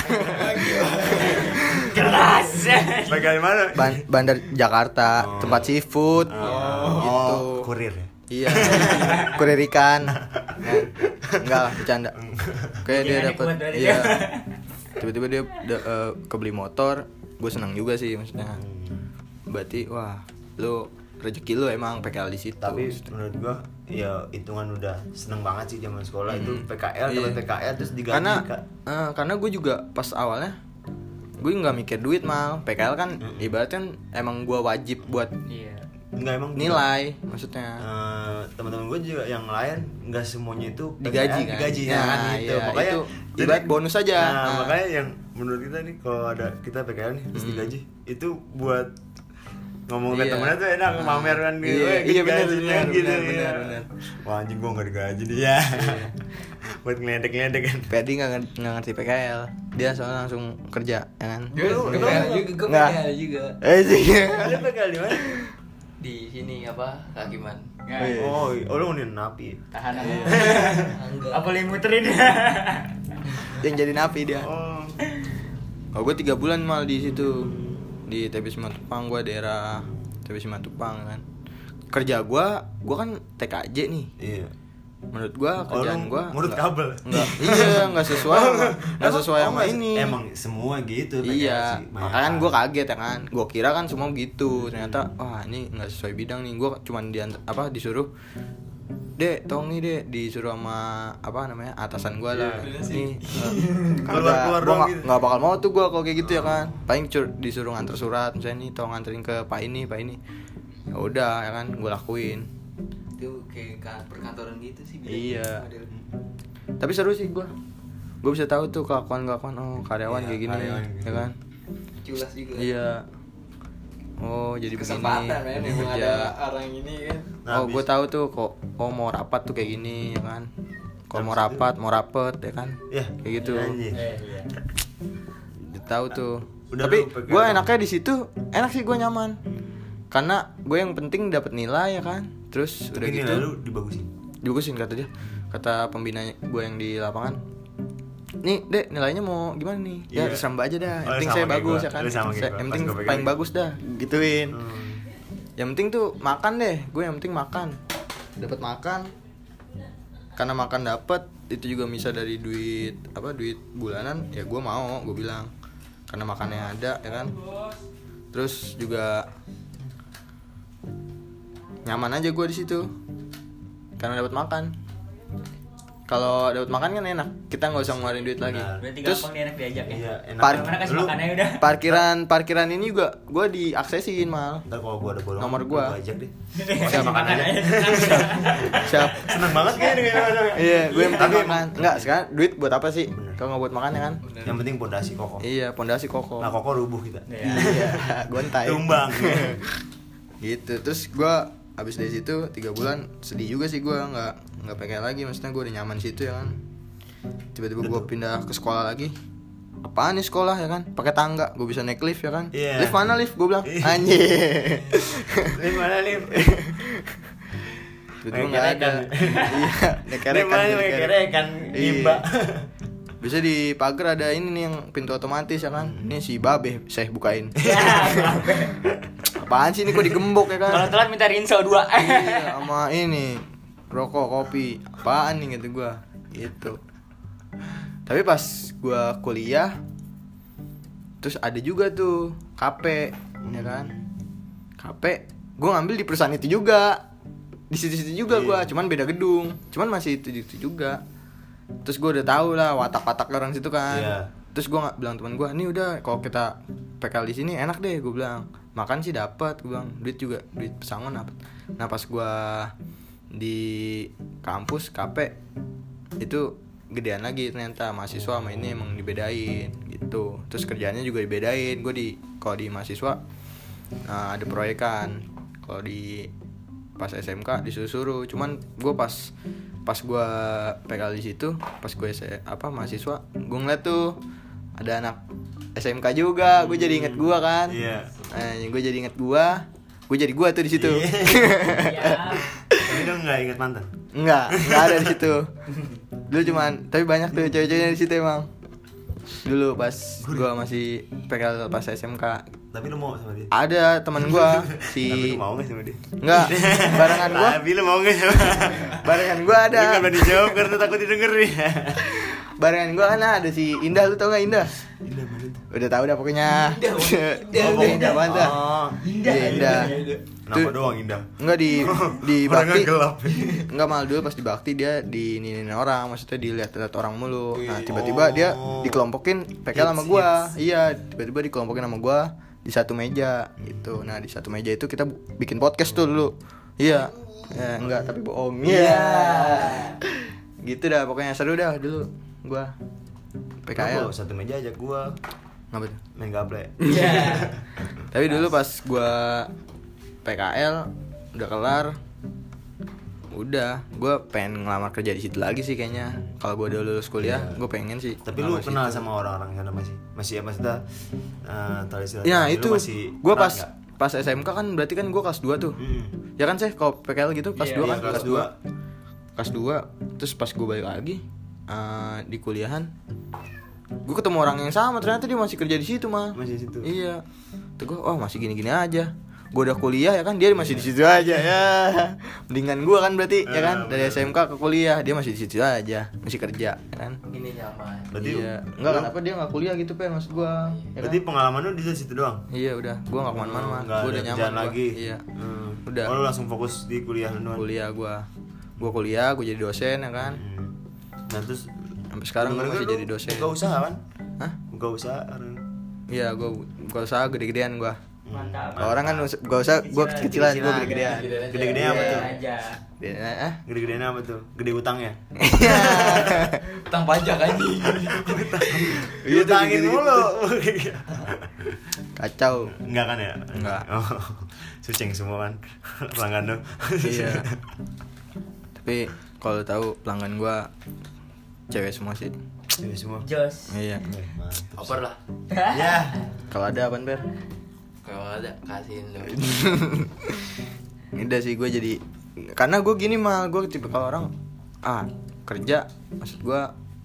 Keras. Bagaimana mana? Ban- bandar Jakarta, Oh. tempat seafood. Oh, gitu. kurir ya. Iya, kurir ikan. Enggak lah, bercanda. Kayak dia Ikannya dapat kuat berarti iya. ya. Tiba-tiba dia da- eh, kebeli motor, gue senang juga sih maksudnya. Hmm. Berarti wah, lu rezeki lu emang P K L di situ. Tapi menurut gua ya hitungan udah seneng banget sih zaman sekolah itu P K L Iya. dapat P K L terus digaji karena Kak. eh, karena gue juga pas awalnya gue nggak mikir duit mal. P K L kan ibaratnya emang gue wajib buat Iya. Enggak emang nilai maksudnya. Eh, teman-teman gue juga yang lain nggak semuanya itu P K L, Digaji kan? digaji Nah, kan gitu iya, makanya itu ibarat bonus aja. nah, Nah. makanya yang menurut kita nih kalau ada kita P K L nih terus Hmm. digaji itu buat ngomong ke Iya. temennya tuh enak Nah. pamer kan gitu Iya, "Weh, iya, benar, gajinya," benar, gitu benar, iya. benar, benar. Wah anjing gue nggak digaji nih ya buat ngeledek-ngeledek kan Pedi nggak ngerti, nggak ngerti P K L. Dia soalnya langsung kerja, ya kan? Gue Lu- P K L lu- juga, gue P Nggak. K L juga. Eh sih. ada P K L di mana Di sini apa? Kakiman. Iya. oh oh lu mau napi Tahan apa? Enggak. Apa yang muterin? Yang jadi napi dia. oh Oh, gue tiga bulan mal di situ di T B Simatupang. Gue daerah T B Simatupang kan. Kerja gue, gue kan T K J nih. iya Menurut gue Oh, kerjaan lu gue ngurut kabel? Enggak, iya nggak sesuai, sama- nggak Emang- sesuai oh, sama nggak- ini. Emang semua gitu P K L Iya, sih, makanya kan banyakan. gue kaget ya kan. Gue kira kan semua begitu. Ternyata wah ini nggak sesuai bidang nih. Gue cuman di apa disuruh, Dek, tolong nih Dek, disuruh sama apa namanya atasan gue lah. Iya, Nih, Keluar-keluar gue doang nggak gitu. nggak bakal mau tuh gue kalau kayak gitu ya kan. Paling cur disuruh nganter surat, misalnya nih tolong nganterin ke Pak ini, Pak ini. Ya udah ya kan, gue lakuin. Itu kayak ka- perkantoran gitu sih. bidangnya, Iya. modelnya. Tapi seru sih gue. Gue bisa tahu tuh kelakuan-kelakuan oh karyawan Iya, kayak gini, karyawan gitu. ya kan. Culas juga. Iya. Oh jadi Kesempatan begini. men yang Iya. ada orang ini kan. Nah, Oh gue habis- tahu tuh kok. Oh mau rapat tuh kayak gini ya kan. Kalau mau Habis itu- rapat mau rapet ya kan. Iya, Kayak gitu. anjing. Eh, iya. Dia tahu tuh. Udah Tapi lu pegang. gue enaknya di situ enak sih gue nyaman. Karena gue yang penting dapat nilai ya kan. Terus udah Tapi gitu nilai lu dibagusin. dibagusin kata dia, kata pembina gue yang di lapangan, nih dek nilainya mau gimana nih, ya Iya. terserah mbak aja dah, yang Oh, penting sama saya kayak bagus gua. ya kan, Lu sama kayak Saya- gua. yang Pas penting gua pegang paling gitu. bagus dah gituin. Hmm. Yang penting tuh makan deh, gue yang penting makan, dapat makan, karena makan dapat itu juga bisa dari duit apa duit bulanan, ya gue mau, gue bilang karena makannya ada ya kan, terus juga nyaman aja gue di situ karena dapat makan. Kalau dapat makan kan enak, kita nggak usah ngeluarin duit lagi. Benar. Berarti Terus gampang nih enak diajak ya. Iya, enak. Par- Mana kasih Lu- makannya udah. parkiran parkiran ini juga gue diaksesin mal. Ntar kalau gua ada bolong, Nomor gua. ajak deh. Kasih makan aja. Siap. Seneng banget kayaknya dengan orang. Iya, gue yang penting Tapi makan. Enggak, sekarang duit buat apa sih? Bener. Kalau nggak buat makan ya kan? yang penting pondasi kokoh. Iya, pondasi kokoh. Nah, kokoh rubuh kita. Iya, gontai. Tumbang. Gitu. Terus gue abis dari situ tiga bulan sedih juga sih gue, nggak nggak pakai lagi. Maksudnya gue udah nyaman situ ya kan. Tiba-tiba gue pindah ke sekolah lagi. Apaan nih sekolah ya kan? Pakai tangga, gue bisa naik lift ya kan? Iya. Lift mana lift? Gue bilang Iya. anjir. Lift mana lift? Tiba-tiba Pakai nggak ada. kerekan. Iya, naik Lift kerekan. mana naik pakai kerekan. kerekan? Iya. Imba. Bisa di pagar ada ini nih yang pintu otomatis ya kan. Ini si Babe saya bukain. Apaan sih ini kok digembok ya kan? Kalau telat minta rinso dua. Iya, sama ini rokok, kopi. Apaan nih gitu gua. Gitu. Tapi pas gua kuliah terus ada juga tuh K P ya kan. K P gua ngambil di perusahaan itu juga. Di situ-situ juga gua, cuman beda gedung. Cuman masih itu itu juga. Terus gue udah tahu lah watak-watak orang situ kan. Iya. Terus gue nggak bilang teman gue, nih udah kalau kita P K L di sini enak deh, gue bilang. Makan sih dapat, gue bilang. Duit juga, duit pesangon dapat. Nah pas gue di kampus K P itu gedean lagi ternyata, mahasiswa sama ini emang dibedain gitu. Terus kerjaannya juga dibedain. Gue di kalau di mahasiswa nah, ada proyekan. Kalau di pas S M K disuruh-suruh. Cuman gue pas pas gue P K L di situ, pas gue apa mahasiswa, gue ngeliat tuh ada anak S M K juga, gue jadi inget gue kan. Iya. Nah, gue jadi inget gue, gue jadi gue tuh di situ. Iya. Tapi lu nggak inget mantan? Enggak, enggak ada di situ. Dulu cuman, tapi banyak tuh cewek-ceweknya di situ emang. Dulu pas gue masih P K L pas S M K, Tapi lu mau sama dia? ada teman gue Tapi si lu mau nggak sama dia? enggak barengan gue, Tapi lu mau nggak sama? barengan gue ada. Lu nggak berani jawab karena takut didengar nih. Barengan gue kan ada si Indah, lu tau gak Indah? Indah mana tuh? Udah tahu dah pokoknya. Indah, Oh, Indah banget dah. Oh, Indah, Indah. Nama Tuh- doang Indah. Enggak di di Orangnya Bakti. gelap. Enggak, mal dulu pas di Bakti dia di ninin orang, maksudnya dilihat-lihat orang mulu. Nah, Wih. tiba-tiba dia Oh. dikelompokin P K L sama Hits, gua. hits. Iya, tiba-tiba dikelompokin sama gua di satu meja gitu. Nah, di satu meja itu kita bu- bikin podcast tuh dulu. Iya. Ya, enggak, tapi bohong. Iya. Gitu dah, pokoknya seru dah dulu gua P K L. Gua satu meja ajak gua Ngapa tuh? main gaple. Iya. Tapi dulu pas gua P K L udah kelar, udah gua pengen ngelamar kerja di situ lagi sih kayaknya. Kalau gua udah lulus kuliah, Iya. gua pengen sih. Tapi lu ngelamar kenal situ. sama orang-orang sana masih? Masih ya maksudnya eh tali silaturahmi Ya lu itu, masih gua erat pas nggak? pas S M K kan berarti kan gua kelas dua tuh. Hmm. Ya kan sih kalau P K L gitu kelas Iya, dua iya, kan kelas kelas dua. Kelas dua, terus pas gua balik lagi eh, di kuliahan, gua ketemu orang yang sama, ternyata dia masih kerja di situ mah. Masih di situ. Iya. Tuh gua, oh masih gini-gini aja. Gua udah kuliah ya kan, dia masih di situ aja ya. Mendingan gua kan berarti ya kan, dari S M K ke kuliah dia masih di situ aja, masih kerja ya kan. Ini nyaman. Berarti iya. lu- Enggak, kenapa dia enggak kuliah gitu, Pen, maksud gua. Ya Berarti kan? pengalaman lu di situ doang? Iya, udah. Gua enggak kemana-mana mah. Nggak Gua ada udah nyaman kerjaan gua. lagi. Iya. Hmm. Udah. Oh, lu langsung fokus di kuliah lu doang. Kuliah gua. Gua kuliah, gua jadi dosen ya kan. Hmm. Nah, terus Sampai sekarang gua dengar-dengar masih lu jadi dosen. Buka usaha kan? Hah? Buka usaha kan? Iya, gua gua usaha gede-gedean gua. Mantap. Kalau orang kan us- gua usah gua kecilan, gua gede-gedean. Gede-gedean apa tuh? Aja. Gede- ah? Gede-gedean apa tuh? Gede utangnya? Iya. Utang pajak aja. Iya tuh, Utangin gitu-gitu. mulu. Kacau. Enggak kan ya? Enggak. Oh. Sucing semua kan pelanggan lu. Iya. Tapi kalau tahu pelanggan gua cewek semua sih. Ini semua. Jos. Iya. Eh, mantap. Oper lah. Ya. Kalau ada apaan, Ber? Kalau ada kasihin lu. Udah sih gue jadi karena gue gini mal, gue tipe kalau orang ah kerja, maksud gue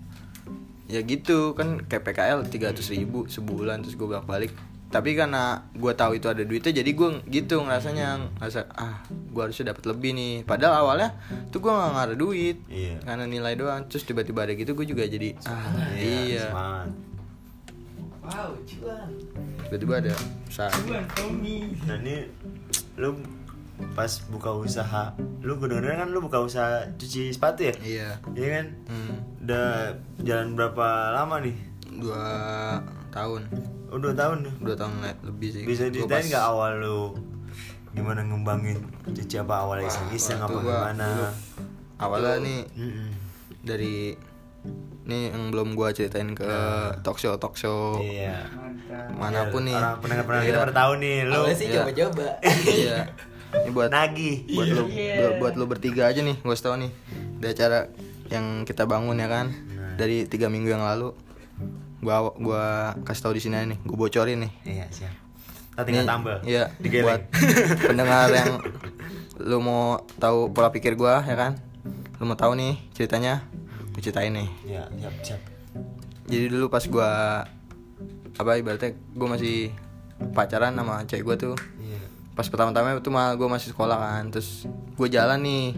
ya gitu kan kayak P K L tiga ratus ribu sebulan terus gue bolak balik. Tapi karena gue tahu itu ada duitnya, jadi gue gitu ngerasanya, ngerasa ah gue harusnya dapat lebih nih. Padahal awalnya tuh gue nggak ngaruh duit, Iya. karena nilai doang. Terus tiba-tiba ada gitu, gue juga jadi ah iya. Semangat. Wow, cuan. Tiba-tiba ada usaha. Nah ini lu pas buka usaha, lu bener-bener kan lu buka usaha cuci sepatu ya? Iya. Iya kan? Hmm, Udah jalan berapa lama nih? dua tahun, Oh dua tahun tuh. dua tahun le- lebih sih. Bisa Gua diceritain pas- nggak awal lu gimana ngembangin cuci, apa awal iseng-iseng waktu apa gua gimana? dulu awalnya Itu- nih Mm-mm. dari nih yang belum gua ceritain ke talk show talk show Iya. manapun nih. Orang pendengar-pendengar kita Iya. pada tahu nih lu. Awalnya sih Iya. coba-coba. Iya. Ini buat Nagih. buat lu Iya. buat, buat lu bertiga aja nih, gua tau nih. Ada acara yang kita bangun ya kan Nah. dari tiga minggu yang lalu. Gua gua kasih tahu di sini aja nih, gua bocorin nih. Iya siap. Kita tinggal Nih, tambah. Iya, Digeleng. buat pendengar yang lu mau tahu pola pikir gua ya kan. Lu mau tahu nih ceritanya, gua ceritain nih. Iya siap siap. Jadi dulu pas gua apa ibaratnya gua masih pacaran sama cewek gua tuh. Iya. Pas pertama-tama itu mah gua masih sekolah kan. Terus gua jalan nih.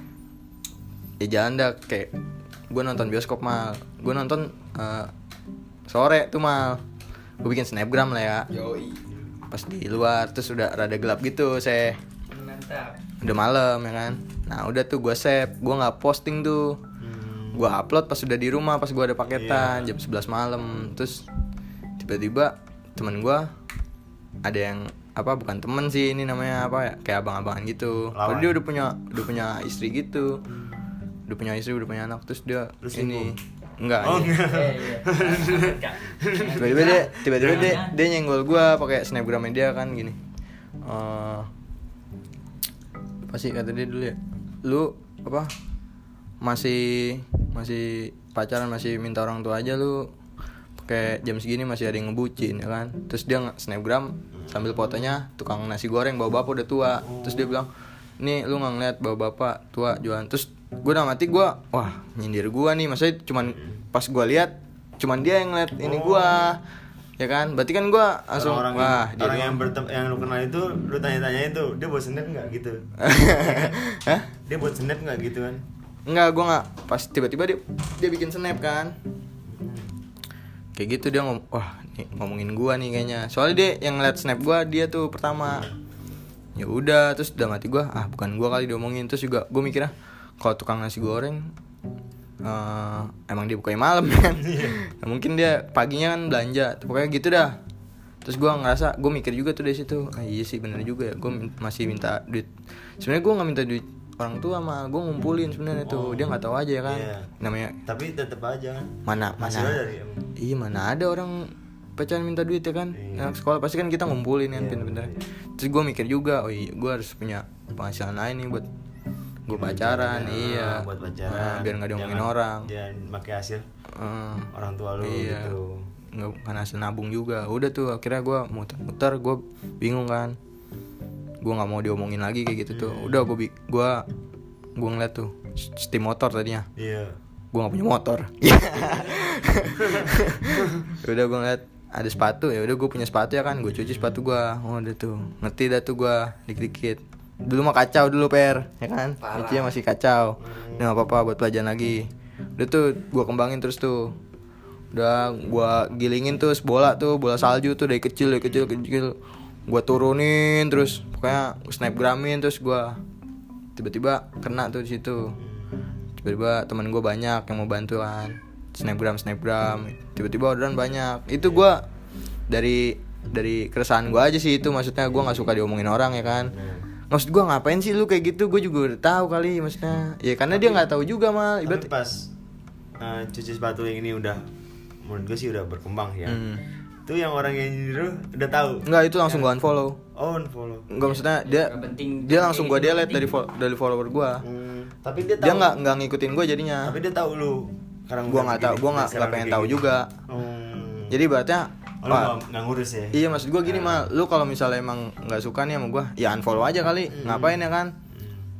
Ya jalan dah kayak gua nonton bioskop mal. Gua nonton eh, sore tuh mal. Gua bikin snapgram lah ya. Yoi. Pas di luar terus udah rada gelap gitu saya. Mantap. Udah malam ya kan. Nah udah tuh gue save, gue nggak posting tuh, Hmm. gue upload pas udah di rumah, pas gue ada paketan Iya. jam sebelas malam. Terus tiba-tiba temen gue ada yang apa bukan temen sih, ini namanya apa ya, kayak abang-abangan gitu. Lawan. Padahal dia udah punya udah punya istri gitu, udah punya istri udah punya anak. Terus dia Lu ini selingkuh? enggak Oh ini. enggak. Eh, iya. tiba-tiba dia tiba-tiba dia dia nyenggol gue pakai snapgramnya dia kan gini. Eh, apa sih kata dia dulu ya, lu apa masih masih pacaran masih minta orang tua aja lu, pakai jam segini masih ada yang ngebucin ya kan. Terus dia nge- snapgram sambil fotonya tukang nasi goreng bawa bapak udah tua. Terus dia bilang, nih lu nggak ngeliat bawa bapak tua jualan. Terus gue udah mati, gue wah nyindir gue nih, maksudnya cuman pas gue lihat cuman dia yang ngeliat ini gue ya kan. Berarti kan gue langsung Orang-orang wah yang, dia orang yang doang. bertem yang lu kenal itu lu tanya-tanya itu dia buat snap nggak gitu? Hah? Dia buat snap nggak gitu kan? Enggak, gue nggak. Pas tiba-tiba dia dia bikin snap kan, kayak gitu dia ngom wah nih, ngomongin gue nih kayaknya. Soalnya dia yang ngeliat snap gue dia tuh pertama. Ya udah, terus udah mati gue, ah bukan gue kali diomongin. Terus juga gue mikirnya kalau tukang nasi goreng eh, emang dia bukanya malam kan. Nah, mungkin dia paginya kan belanja, pokoknya gitu dah. Terus gue ngerasa, gue mikir juga tuh dari situ, ah, iya sih bener juga ya, gue masih minta duit. Sebenarnya gue nggak minta duit orang tua, mah gue ngumpulin sebenarnya tuh. Dia nggak tahu aja ya kan, Iya. namanya Tapi tetap aja kan. mana mana Hasilnya dari em- iya mana ada orang pacaran minta duit ya kan. Iya. Anak sekolah pasti kan kita ngumpulin kan Iya, pinter-pinter. iya. Terus gue mikir juga, oh iya gue harus punya penghasilan lain nih buat gue pacaran. Caranya, Iya, buat pacaran. Nah, biar nggak diomongin Jangan- orang. Jangan pakai hasil Eh, orang tua lu iya. gitu. Nggak bukan hasil nabung juga. Udah tuh akhirnya gue muter-muter, gue bingung kan, gue nggak mau diomongin lagi kayak gitu tuh. Udah gue gue gue ngeliat tuh steam motor tadinya, Iya. gue nggak punya motor. Udah gue ngeliat ada sepatu, ya udah gue punya sepatu ya kan, gue cuci sepatu gue. Oh udah tuh ngerti dah tuh gue dikit-dikit. Dulu mah kacau dulu per ya kan, Parah. cucinya masih kacau. Nah apa apa buat pelajaran lagi. Udah tuh gue kembangin terus tuh. Udah gue gilingin tuh bola tuh, bola salju tuh dari kecil dari kecil kecil. Gue turunin terus, pokoknya snapgramin terus gue. Tiba-tiba kena tuh di situ. Tiba-tiba teman gue banyak yang mau bantu kan, snapgram snapgram. Tiba-tiba orderan banyak. Itu gue dari dari keresahan gue aja sih itu, maksudnya gue nggak suka diomongin orang ya kan. Maksud gue ngapain sih lu kayak gitu, gue juga udah tahu kali maksudnya. Ya karena dia nggak tahu juga mal. Tapi Ibarat pas uh, cuci sepatu yang ini udah, menurut gue sih udah berkembang ya. Hmm. Itu yang orang yang nyindir lu udah tahu. Enggak, itu langsung gue unfollow. Oh, unfollow. Enggak, maksudnya dia Nggak penting. dia langsung gue Nggak delete penting. dari fo- dari follower gue. Hmm, tapi dia tahu. Dia nggak nggak ngikutin gue jadinya. Tapi dia tahu lu. Sekarang Gue udah nggak tahu, begini, gue nggak sekarang nggak pengen kayak tahu gini. juga. Hmm. Jadi ibaratnya Oh, lu wah, nggak- nggak ngurus ya. iya maksud gue gini mal, lu kalau misalnya emang nggak suka nih sama gue, ya unfollow aja kali, ngapain ya kan?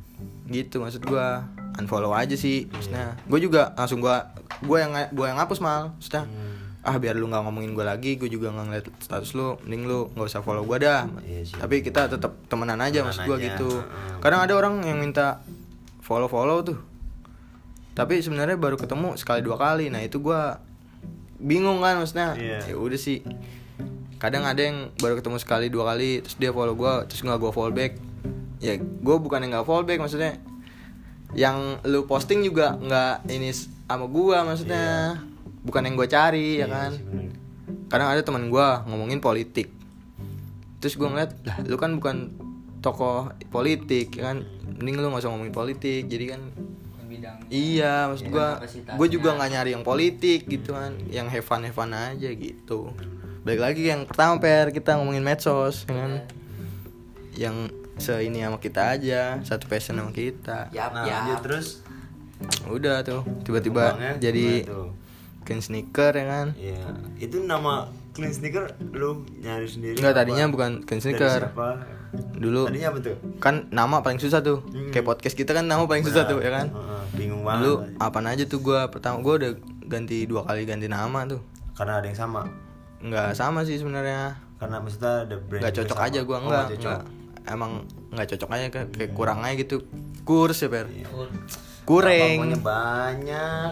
gitu maksud gue. Unfollow aja sih maksudnya. Gue juga langsung gue gue yang gue yang hapus mal maksudnya. Hmm. Ah biar lu nggak ngomongin gue lagi, gue juga nggak ngeliat status lu, mending lu nggak usah follow gue dah. Iya sih. Tapi kita tetap temenan aja Temenan maksud gue aja. gitu. Heeh. Kadang ada orang yang minta follow follow tuh, tapi sebenarnya baru ketemu sekali dua kali. Nah itu gue bingung kan maksudnya. Iya. Ya udah sih. Kadang ada yang baru ketemu sekali dua kali terus dia follow gue terus nggak gue follow back. Ya gue bukan yang nggak follow back maksudnya. Yang lu posting juga nggak ini sama gue maksudnya. Iya. Bukan yang gue cari ya Iya kan. sih, bener. Kadang ada teman gue ngomongin politik, terus gue ngeliat lah lu kan bukan tokoh politik ya kan, mending lu nggak usah ngomongin politik. Jadi kan bidang iya maksud gue kapasitasnya. gue juga nggak nyari yang politik gitu kan, yang have fun have fun aja gitu. Balik lagi yang pertama per kita ngomongin medsos ya kan, yang seini sama kita aja, satu passion sama kita. Yap, Nah, yap. dia terus Udah tuh tiba-tiba kembangnya jadi gimana tuh? clean sneaker ya kan. Iya, itu nama clean sneaker lu nyari sendiri? Enggak, apa? tadinya bukan clean Dari sneaker. siapa? Dulu Tadinya apa tuh? kan nama paling susah tuh. Hmm. Kayak podcast kita kan nama paling susah Benar. tuh ya kan. Heeh, bingung banget. Dulu apaan aja tuh gua pertama gua udah ganti dua kali ganti nama tuh. Karena ada yang sama. Nggak sama sih sebenarnya. Karena maksudnya ada brand Nggak juga cocok sama. aja gua Oh, enggak, cocok. enggak. Emang nggak cocok aja kayak, kayak kurang aja gitu. Kurs ya, Per. Iya. Kurang. Pokoknya banyak.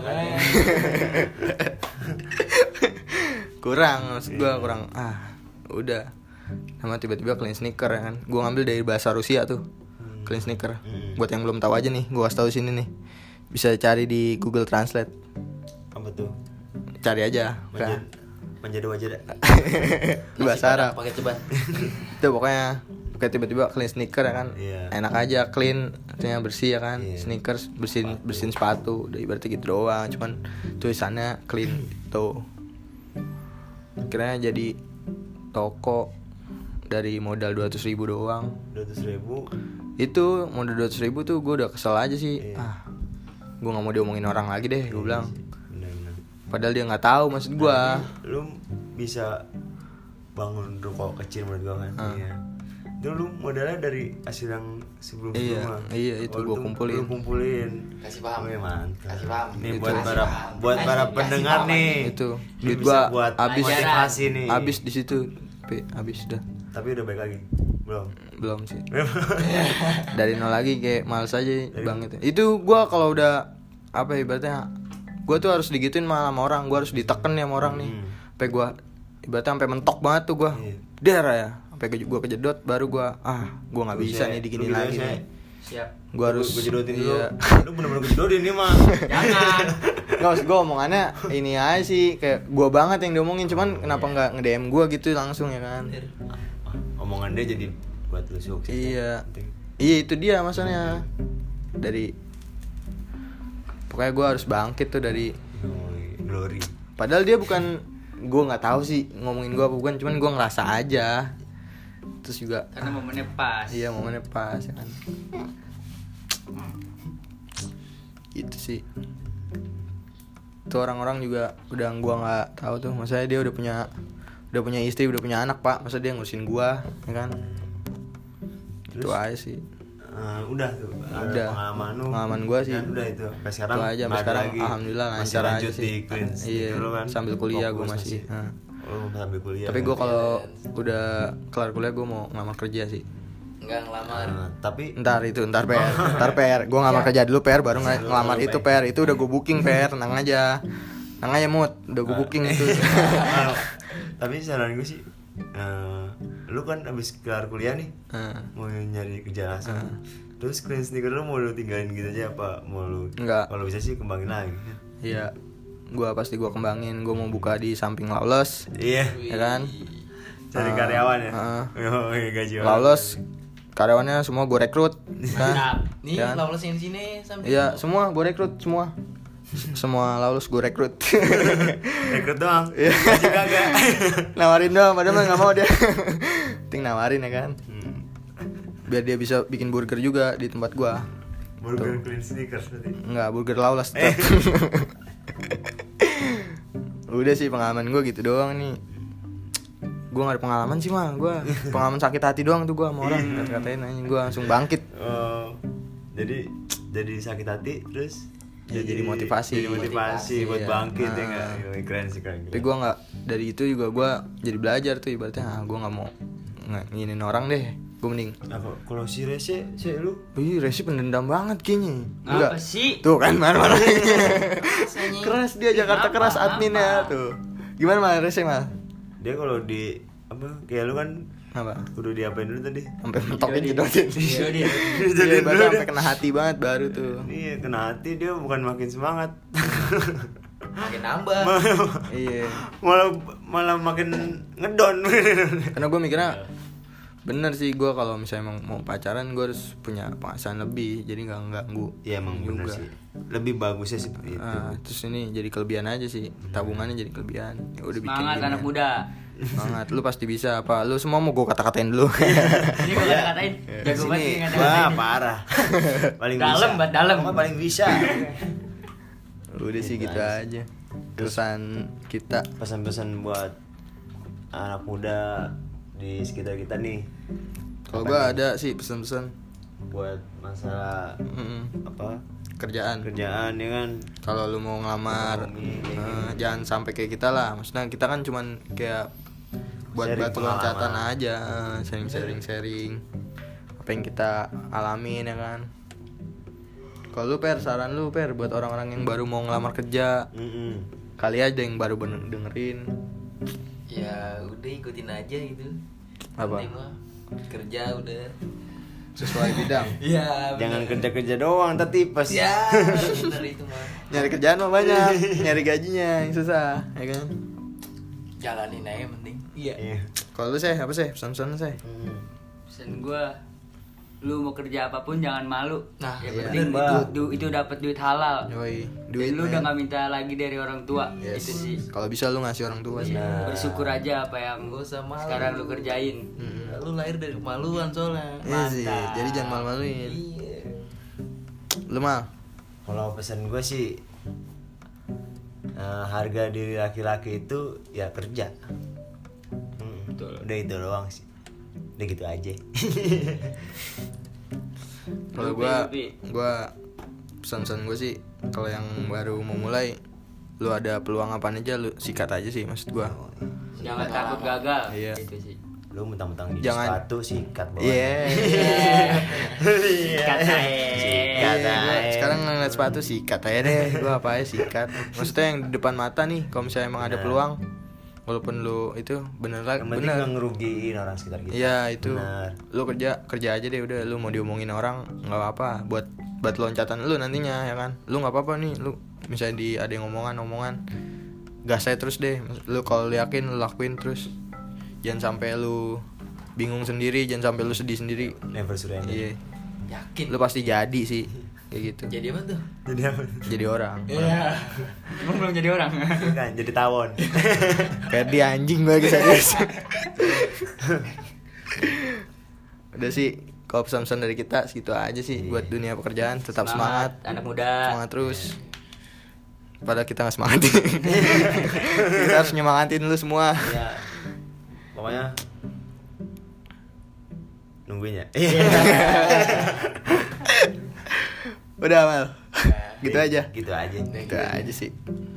Kurang maksud gua kurang ah udah. Sama tiba-tiba clean sneaker ya kan. Gua ngambil dari bahasa Rusia tuh. Clean sneaker. Hmm. Buat yang belum tahu aja nih, gua kasih tahu sini nih. Bisa cari di Google Translate. Apa tuh? Cari aja. Manjad, Kan. manjada wajada. Bahasa Arab. Pakai ceban. Itu pokoknya kayak tiba-tiba clean sneaker ya kan. Iya. Enak aja clean, artinya bersih ya kan. Iya. Sneakers bersihin bersihin sepatu. Udah ibaratnya gitu doang, cuman tulisannya clean gitu. Akhirnya jadi toko dari modal dua ratus ribu doang. Dua ratus ribu. Itu modal dua ratus ribu tuh gue udah kesel aja sih. Iya. Ah, gue nggak mau diomongin orang lagi deh, gue bilang. Benar-benar. Padahal dia nggak tahu maksud gue. Lu bisa bangun ruko kecil menurut gua kan. Ah. Iya. Itu lu modalnya dari hasil yang sebelum Iya, sebelumnya. iya, itu gua kumpulin. Lu kumpulin. Kasih paham. Oh, iya, mantap. Kasih paham. Nih Itu. buat Kasih para paham. buat para Kasih pendengar paham nih. aja. Itu Ini duit bisa gua buat habis motivasi nih. habis di situ. Tapi habis dah. Tapi udah baik lagi. Belum. Belum sih. Dari nol lagi kayak males aja bang itu. Itu gua kalau udah apa ya, ibaratnya gua tuh harus digituin malah sama orang, gua harus diteken ya sama orang nih. Hmm. Sampai gua ibaratnya sampai mentok banget tuh gua. Iya. Der ya. Sampai ke- gua kejedot baru gua ah, gua nggak bisa nih diginiin Lu lagi gitu ya, nih. siap. Gua harus Gua jedotin dulu. iya. Lu bener-bener kejedotin nih mah. Jangan. Nggak, maksud gue omongannya ini aja sih, kayak gue banget yang diomongin, cuman kenapa nggak nge-D M gue gitu langsung ya kan. Omongan dia jadi buat lu sukses. Iya. Penting. Iya itu dia maksudnya. Dari pokoknya gue harus bangkit tuh dari. Yoi, glory. Padahal dia bukan, gue nggak tahu sih ngomongin gue apa bukan, cuman gue ngerasa aja. Terus juga Karena momennya pas. iya momennya pas ya kan. Gitu sih. Tuh orang-orang juga udah gua nggak tahu tuh, maksudnya dia udah punya udah punya istri, udah punya anak pak, masa dia ngurusin gua ya kan. Itu Terus? aja sih. Eh, udah tuh ada Udah. pengalaman lu. Pengalaman gua sih. Dan udah itu sampai sekarang. Itu aja sampai nggak ada sekarang lagi. alhamdulillah Masih lancar aja lanjut sih. di clean sneaker Iya, lu kan. sambil kuliah gua Fokus masih. Nah. Oh, sambil kuliah. Tapi kan? gua kalau udah kelar kuliah gua mau ngelamar kerja sih. Enggak ngelamar. Eh, tapi Ntar itu, ntar per, ntar per, gue ngelamar kerja dulu per, baru nge- ngelamar itu per, itu udah gue booking per, tenang aja, tenang aja mood, udah gue booking itu. Ah, tapi saran gue sih, eh, lu kan abis kelar kuliah nih, Nah, mau nyari kerja langsung. Terus clean sneaker lu mau lu tinggalin gitu aja apa mau lu? Enggak. Kalau bisa sih kembangin lagi. Iya, gue pasti gue kembangin, gue mau buka di samping Lawless, Iya. ya kan? Cari Ah, karyawan ya. ah. Oh, iya, gaji orang. Lawless, karyawannya semua gue rekrut, kan? Mantap. Nih, Ya kan? Lawless yang di sini sampai. Iya, semua gue rekrut, semua, semua Lawless gue rekrut. Rekrut doang. Iya. Gaji kagak. Nawarin doang, padahal mah nggak mau dia. Ting nawarin ya kan? Hmm. Biar dia bisa bikin burger juga di tempat gua. Burger clean sneakers berarti. Enggak, burger Lawless tetap. Udah sih pengalaman gue gitu doang nih. Gue gak ada pengalaman sih mah, gue pengalaman sakit hati doang tuh gue sama orang kata-katain aja, gue langsung bangkit. Oh, jadi jadi sakit hati terus Ya, jadi motivasi. jadi motivasi buat Iya. bangkit ya Nah. nggak? Gila, keren sih keren, Tapi keren. gue nggak, dari itu juga gue jadi belajar tuh ibaratnya, ah gue nggak mau nggak nginin orang deh, gue mending. Nah, kok- kalau si Rese si lu Wih, Resi pendendam banget kayaknya. Apa sih? Tuh kan marah-marah. Keras dia, Jakarta Apa, keras apa? adminnya tuh. Gimana mal Resi mal? dia kalau di apa kayak lu kan Apa? udah diapain dulu tadi? Sampai mentokin jedotin. Jodohin. Iya, bahkan sampai kena hati banget baru tuh. Iya kena hati dia bukan makin semangat. Makin nambah. Iya. malah malah makin ngedon. Karena gue mikirnya bener sih, gue kalau misalnya emang mau pacaran gue harus punya penghasilan lebih, jadi nggak ganggu. Iya emang bener sih. Lebih bagusnya seperti itu. Ah, terus ini jadi kelebihan aja sih, tabungannya jadi kelebihan. Ya udah bikin Semangat gini anak ya. muda. Semangat, lu pasti bisa apa? Lu semua mau gue kata-katain dulu. Ini gue kata-katain jago banget Sini, nih wah kata-katain. parah. Paling Dalam, bisa. buat dalam. Pokoknya paling bisa. Udah sih gitu aja. Terusan kita. Pesan-pesan buat anak muda di sekitar kita nih. Kalau Apa gue nih? ada sih pesan-pesan Buat masalah Mm-mm. apa? kerjaan. Kerjaan ya kan. Kalau lu mau ngelamar, Ekonomi, eh, jangan sampai kayak kita lah. Maksudnya kita kan cuman kayak buat Sharing batu loncatan pengalaman. aja, eh, sharing-sharing sharing apa yang kita alamin ya kan. Kalau lu per, saran lu per buat orang-orang yang baru mau ngelamar kerja, Mm-mm. kali aja yang baru bener dengerin. Ya udah ikutin aja gitu. Apa? Penting mah kerja udah. Sesuai bidang. Ya. Jangan kerja-kerja doang, ntar tipes. Ya, bener itu mah. Nyari kerjaan mah banyak, nyari gajinya yang susah, ya kan. Jalanin aja penting. Iya. Iya. Kalau lu sih apa sih pesan-pesan sih? Hmm. Pesan gue, lu mau kerja apapun jangan malu. Nah, yang iya. penting Bener, itu, Bang. du- itu dapat duit halal. Yoi, Duit duit lu udah men. nggak minta lagi dari orang tua. Yes. Itu sih. Kalau bisa lu ngasih orang tua sih. Nah. Bersyukur aja apa yang Nggak usah malu. sekarang lu kerjain. Mm-mm. Lu lahir dari kemaluan soalnya. Iya sih, Mantap. jadi jangan malu-maluin. Iya. Lu mal? Kalau pesan gue sih eh, harga diri laki-laki itu ya kerja. Hmm, udah itu doang sih. Udah gitu aja. Kalau Lu, gua Pi, gua pesan-pesan gue sih kalau yang baru mau mulai, lu ada peluang apaan aja lu sikat aja sih maksud gua. Jangan takut gagal. Iya. Itu sih. Lu mentang-mentang di Jangan. sepatu sikat bawah. Iya. Sikat aja. Sikat Iya, gua aja. sekarang ngeliat sepatu sikat aja deh. Gua apa aja sikat. Maksudnya yang di depan mata nih, kalau misalnya emang ada Bener. peluang, walaupun lu itu bener lah, Yang penting bener. nggak ngerugiin orang sekitar kita. Iya itu, Benar. lu kerja kerja aja deh udah, lu mau diomongin orang nggak apa-apa, buat buat loncatan lu nantinya ya kan, lu nggak apa-apa nih, lu misalnya di ada yang omongan-omongan, gas aja terus deh, lu kalau lu yakin lu lakuin terus, jangan sampai lu bingung sendiri, jangan sampai lu sedih sendiri, Never surrender. iya, Yakin. lu pasti jadi sih kayak gitu, Jadi apa tuh? Jadi apa? jadi orang, Iya. Emang belum jadi orang. Bukan, jadi tawon. kayak dia anjing lagi serius. Udah sih, kalau pesan-pesan dari kita segitu aja sih buat dunia pekerjaan, tetap semangat, Anak muda. semangat terus. Padahal kita nggak semangatin. Kita harus nyemangatin lu semua. Ya. Pokoknya nungguin ya. Udah Mal, gitu aja. Gitu aja. Gitu aja sih.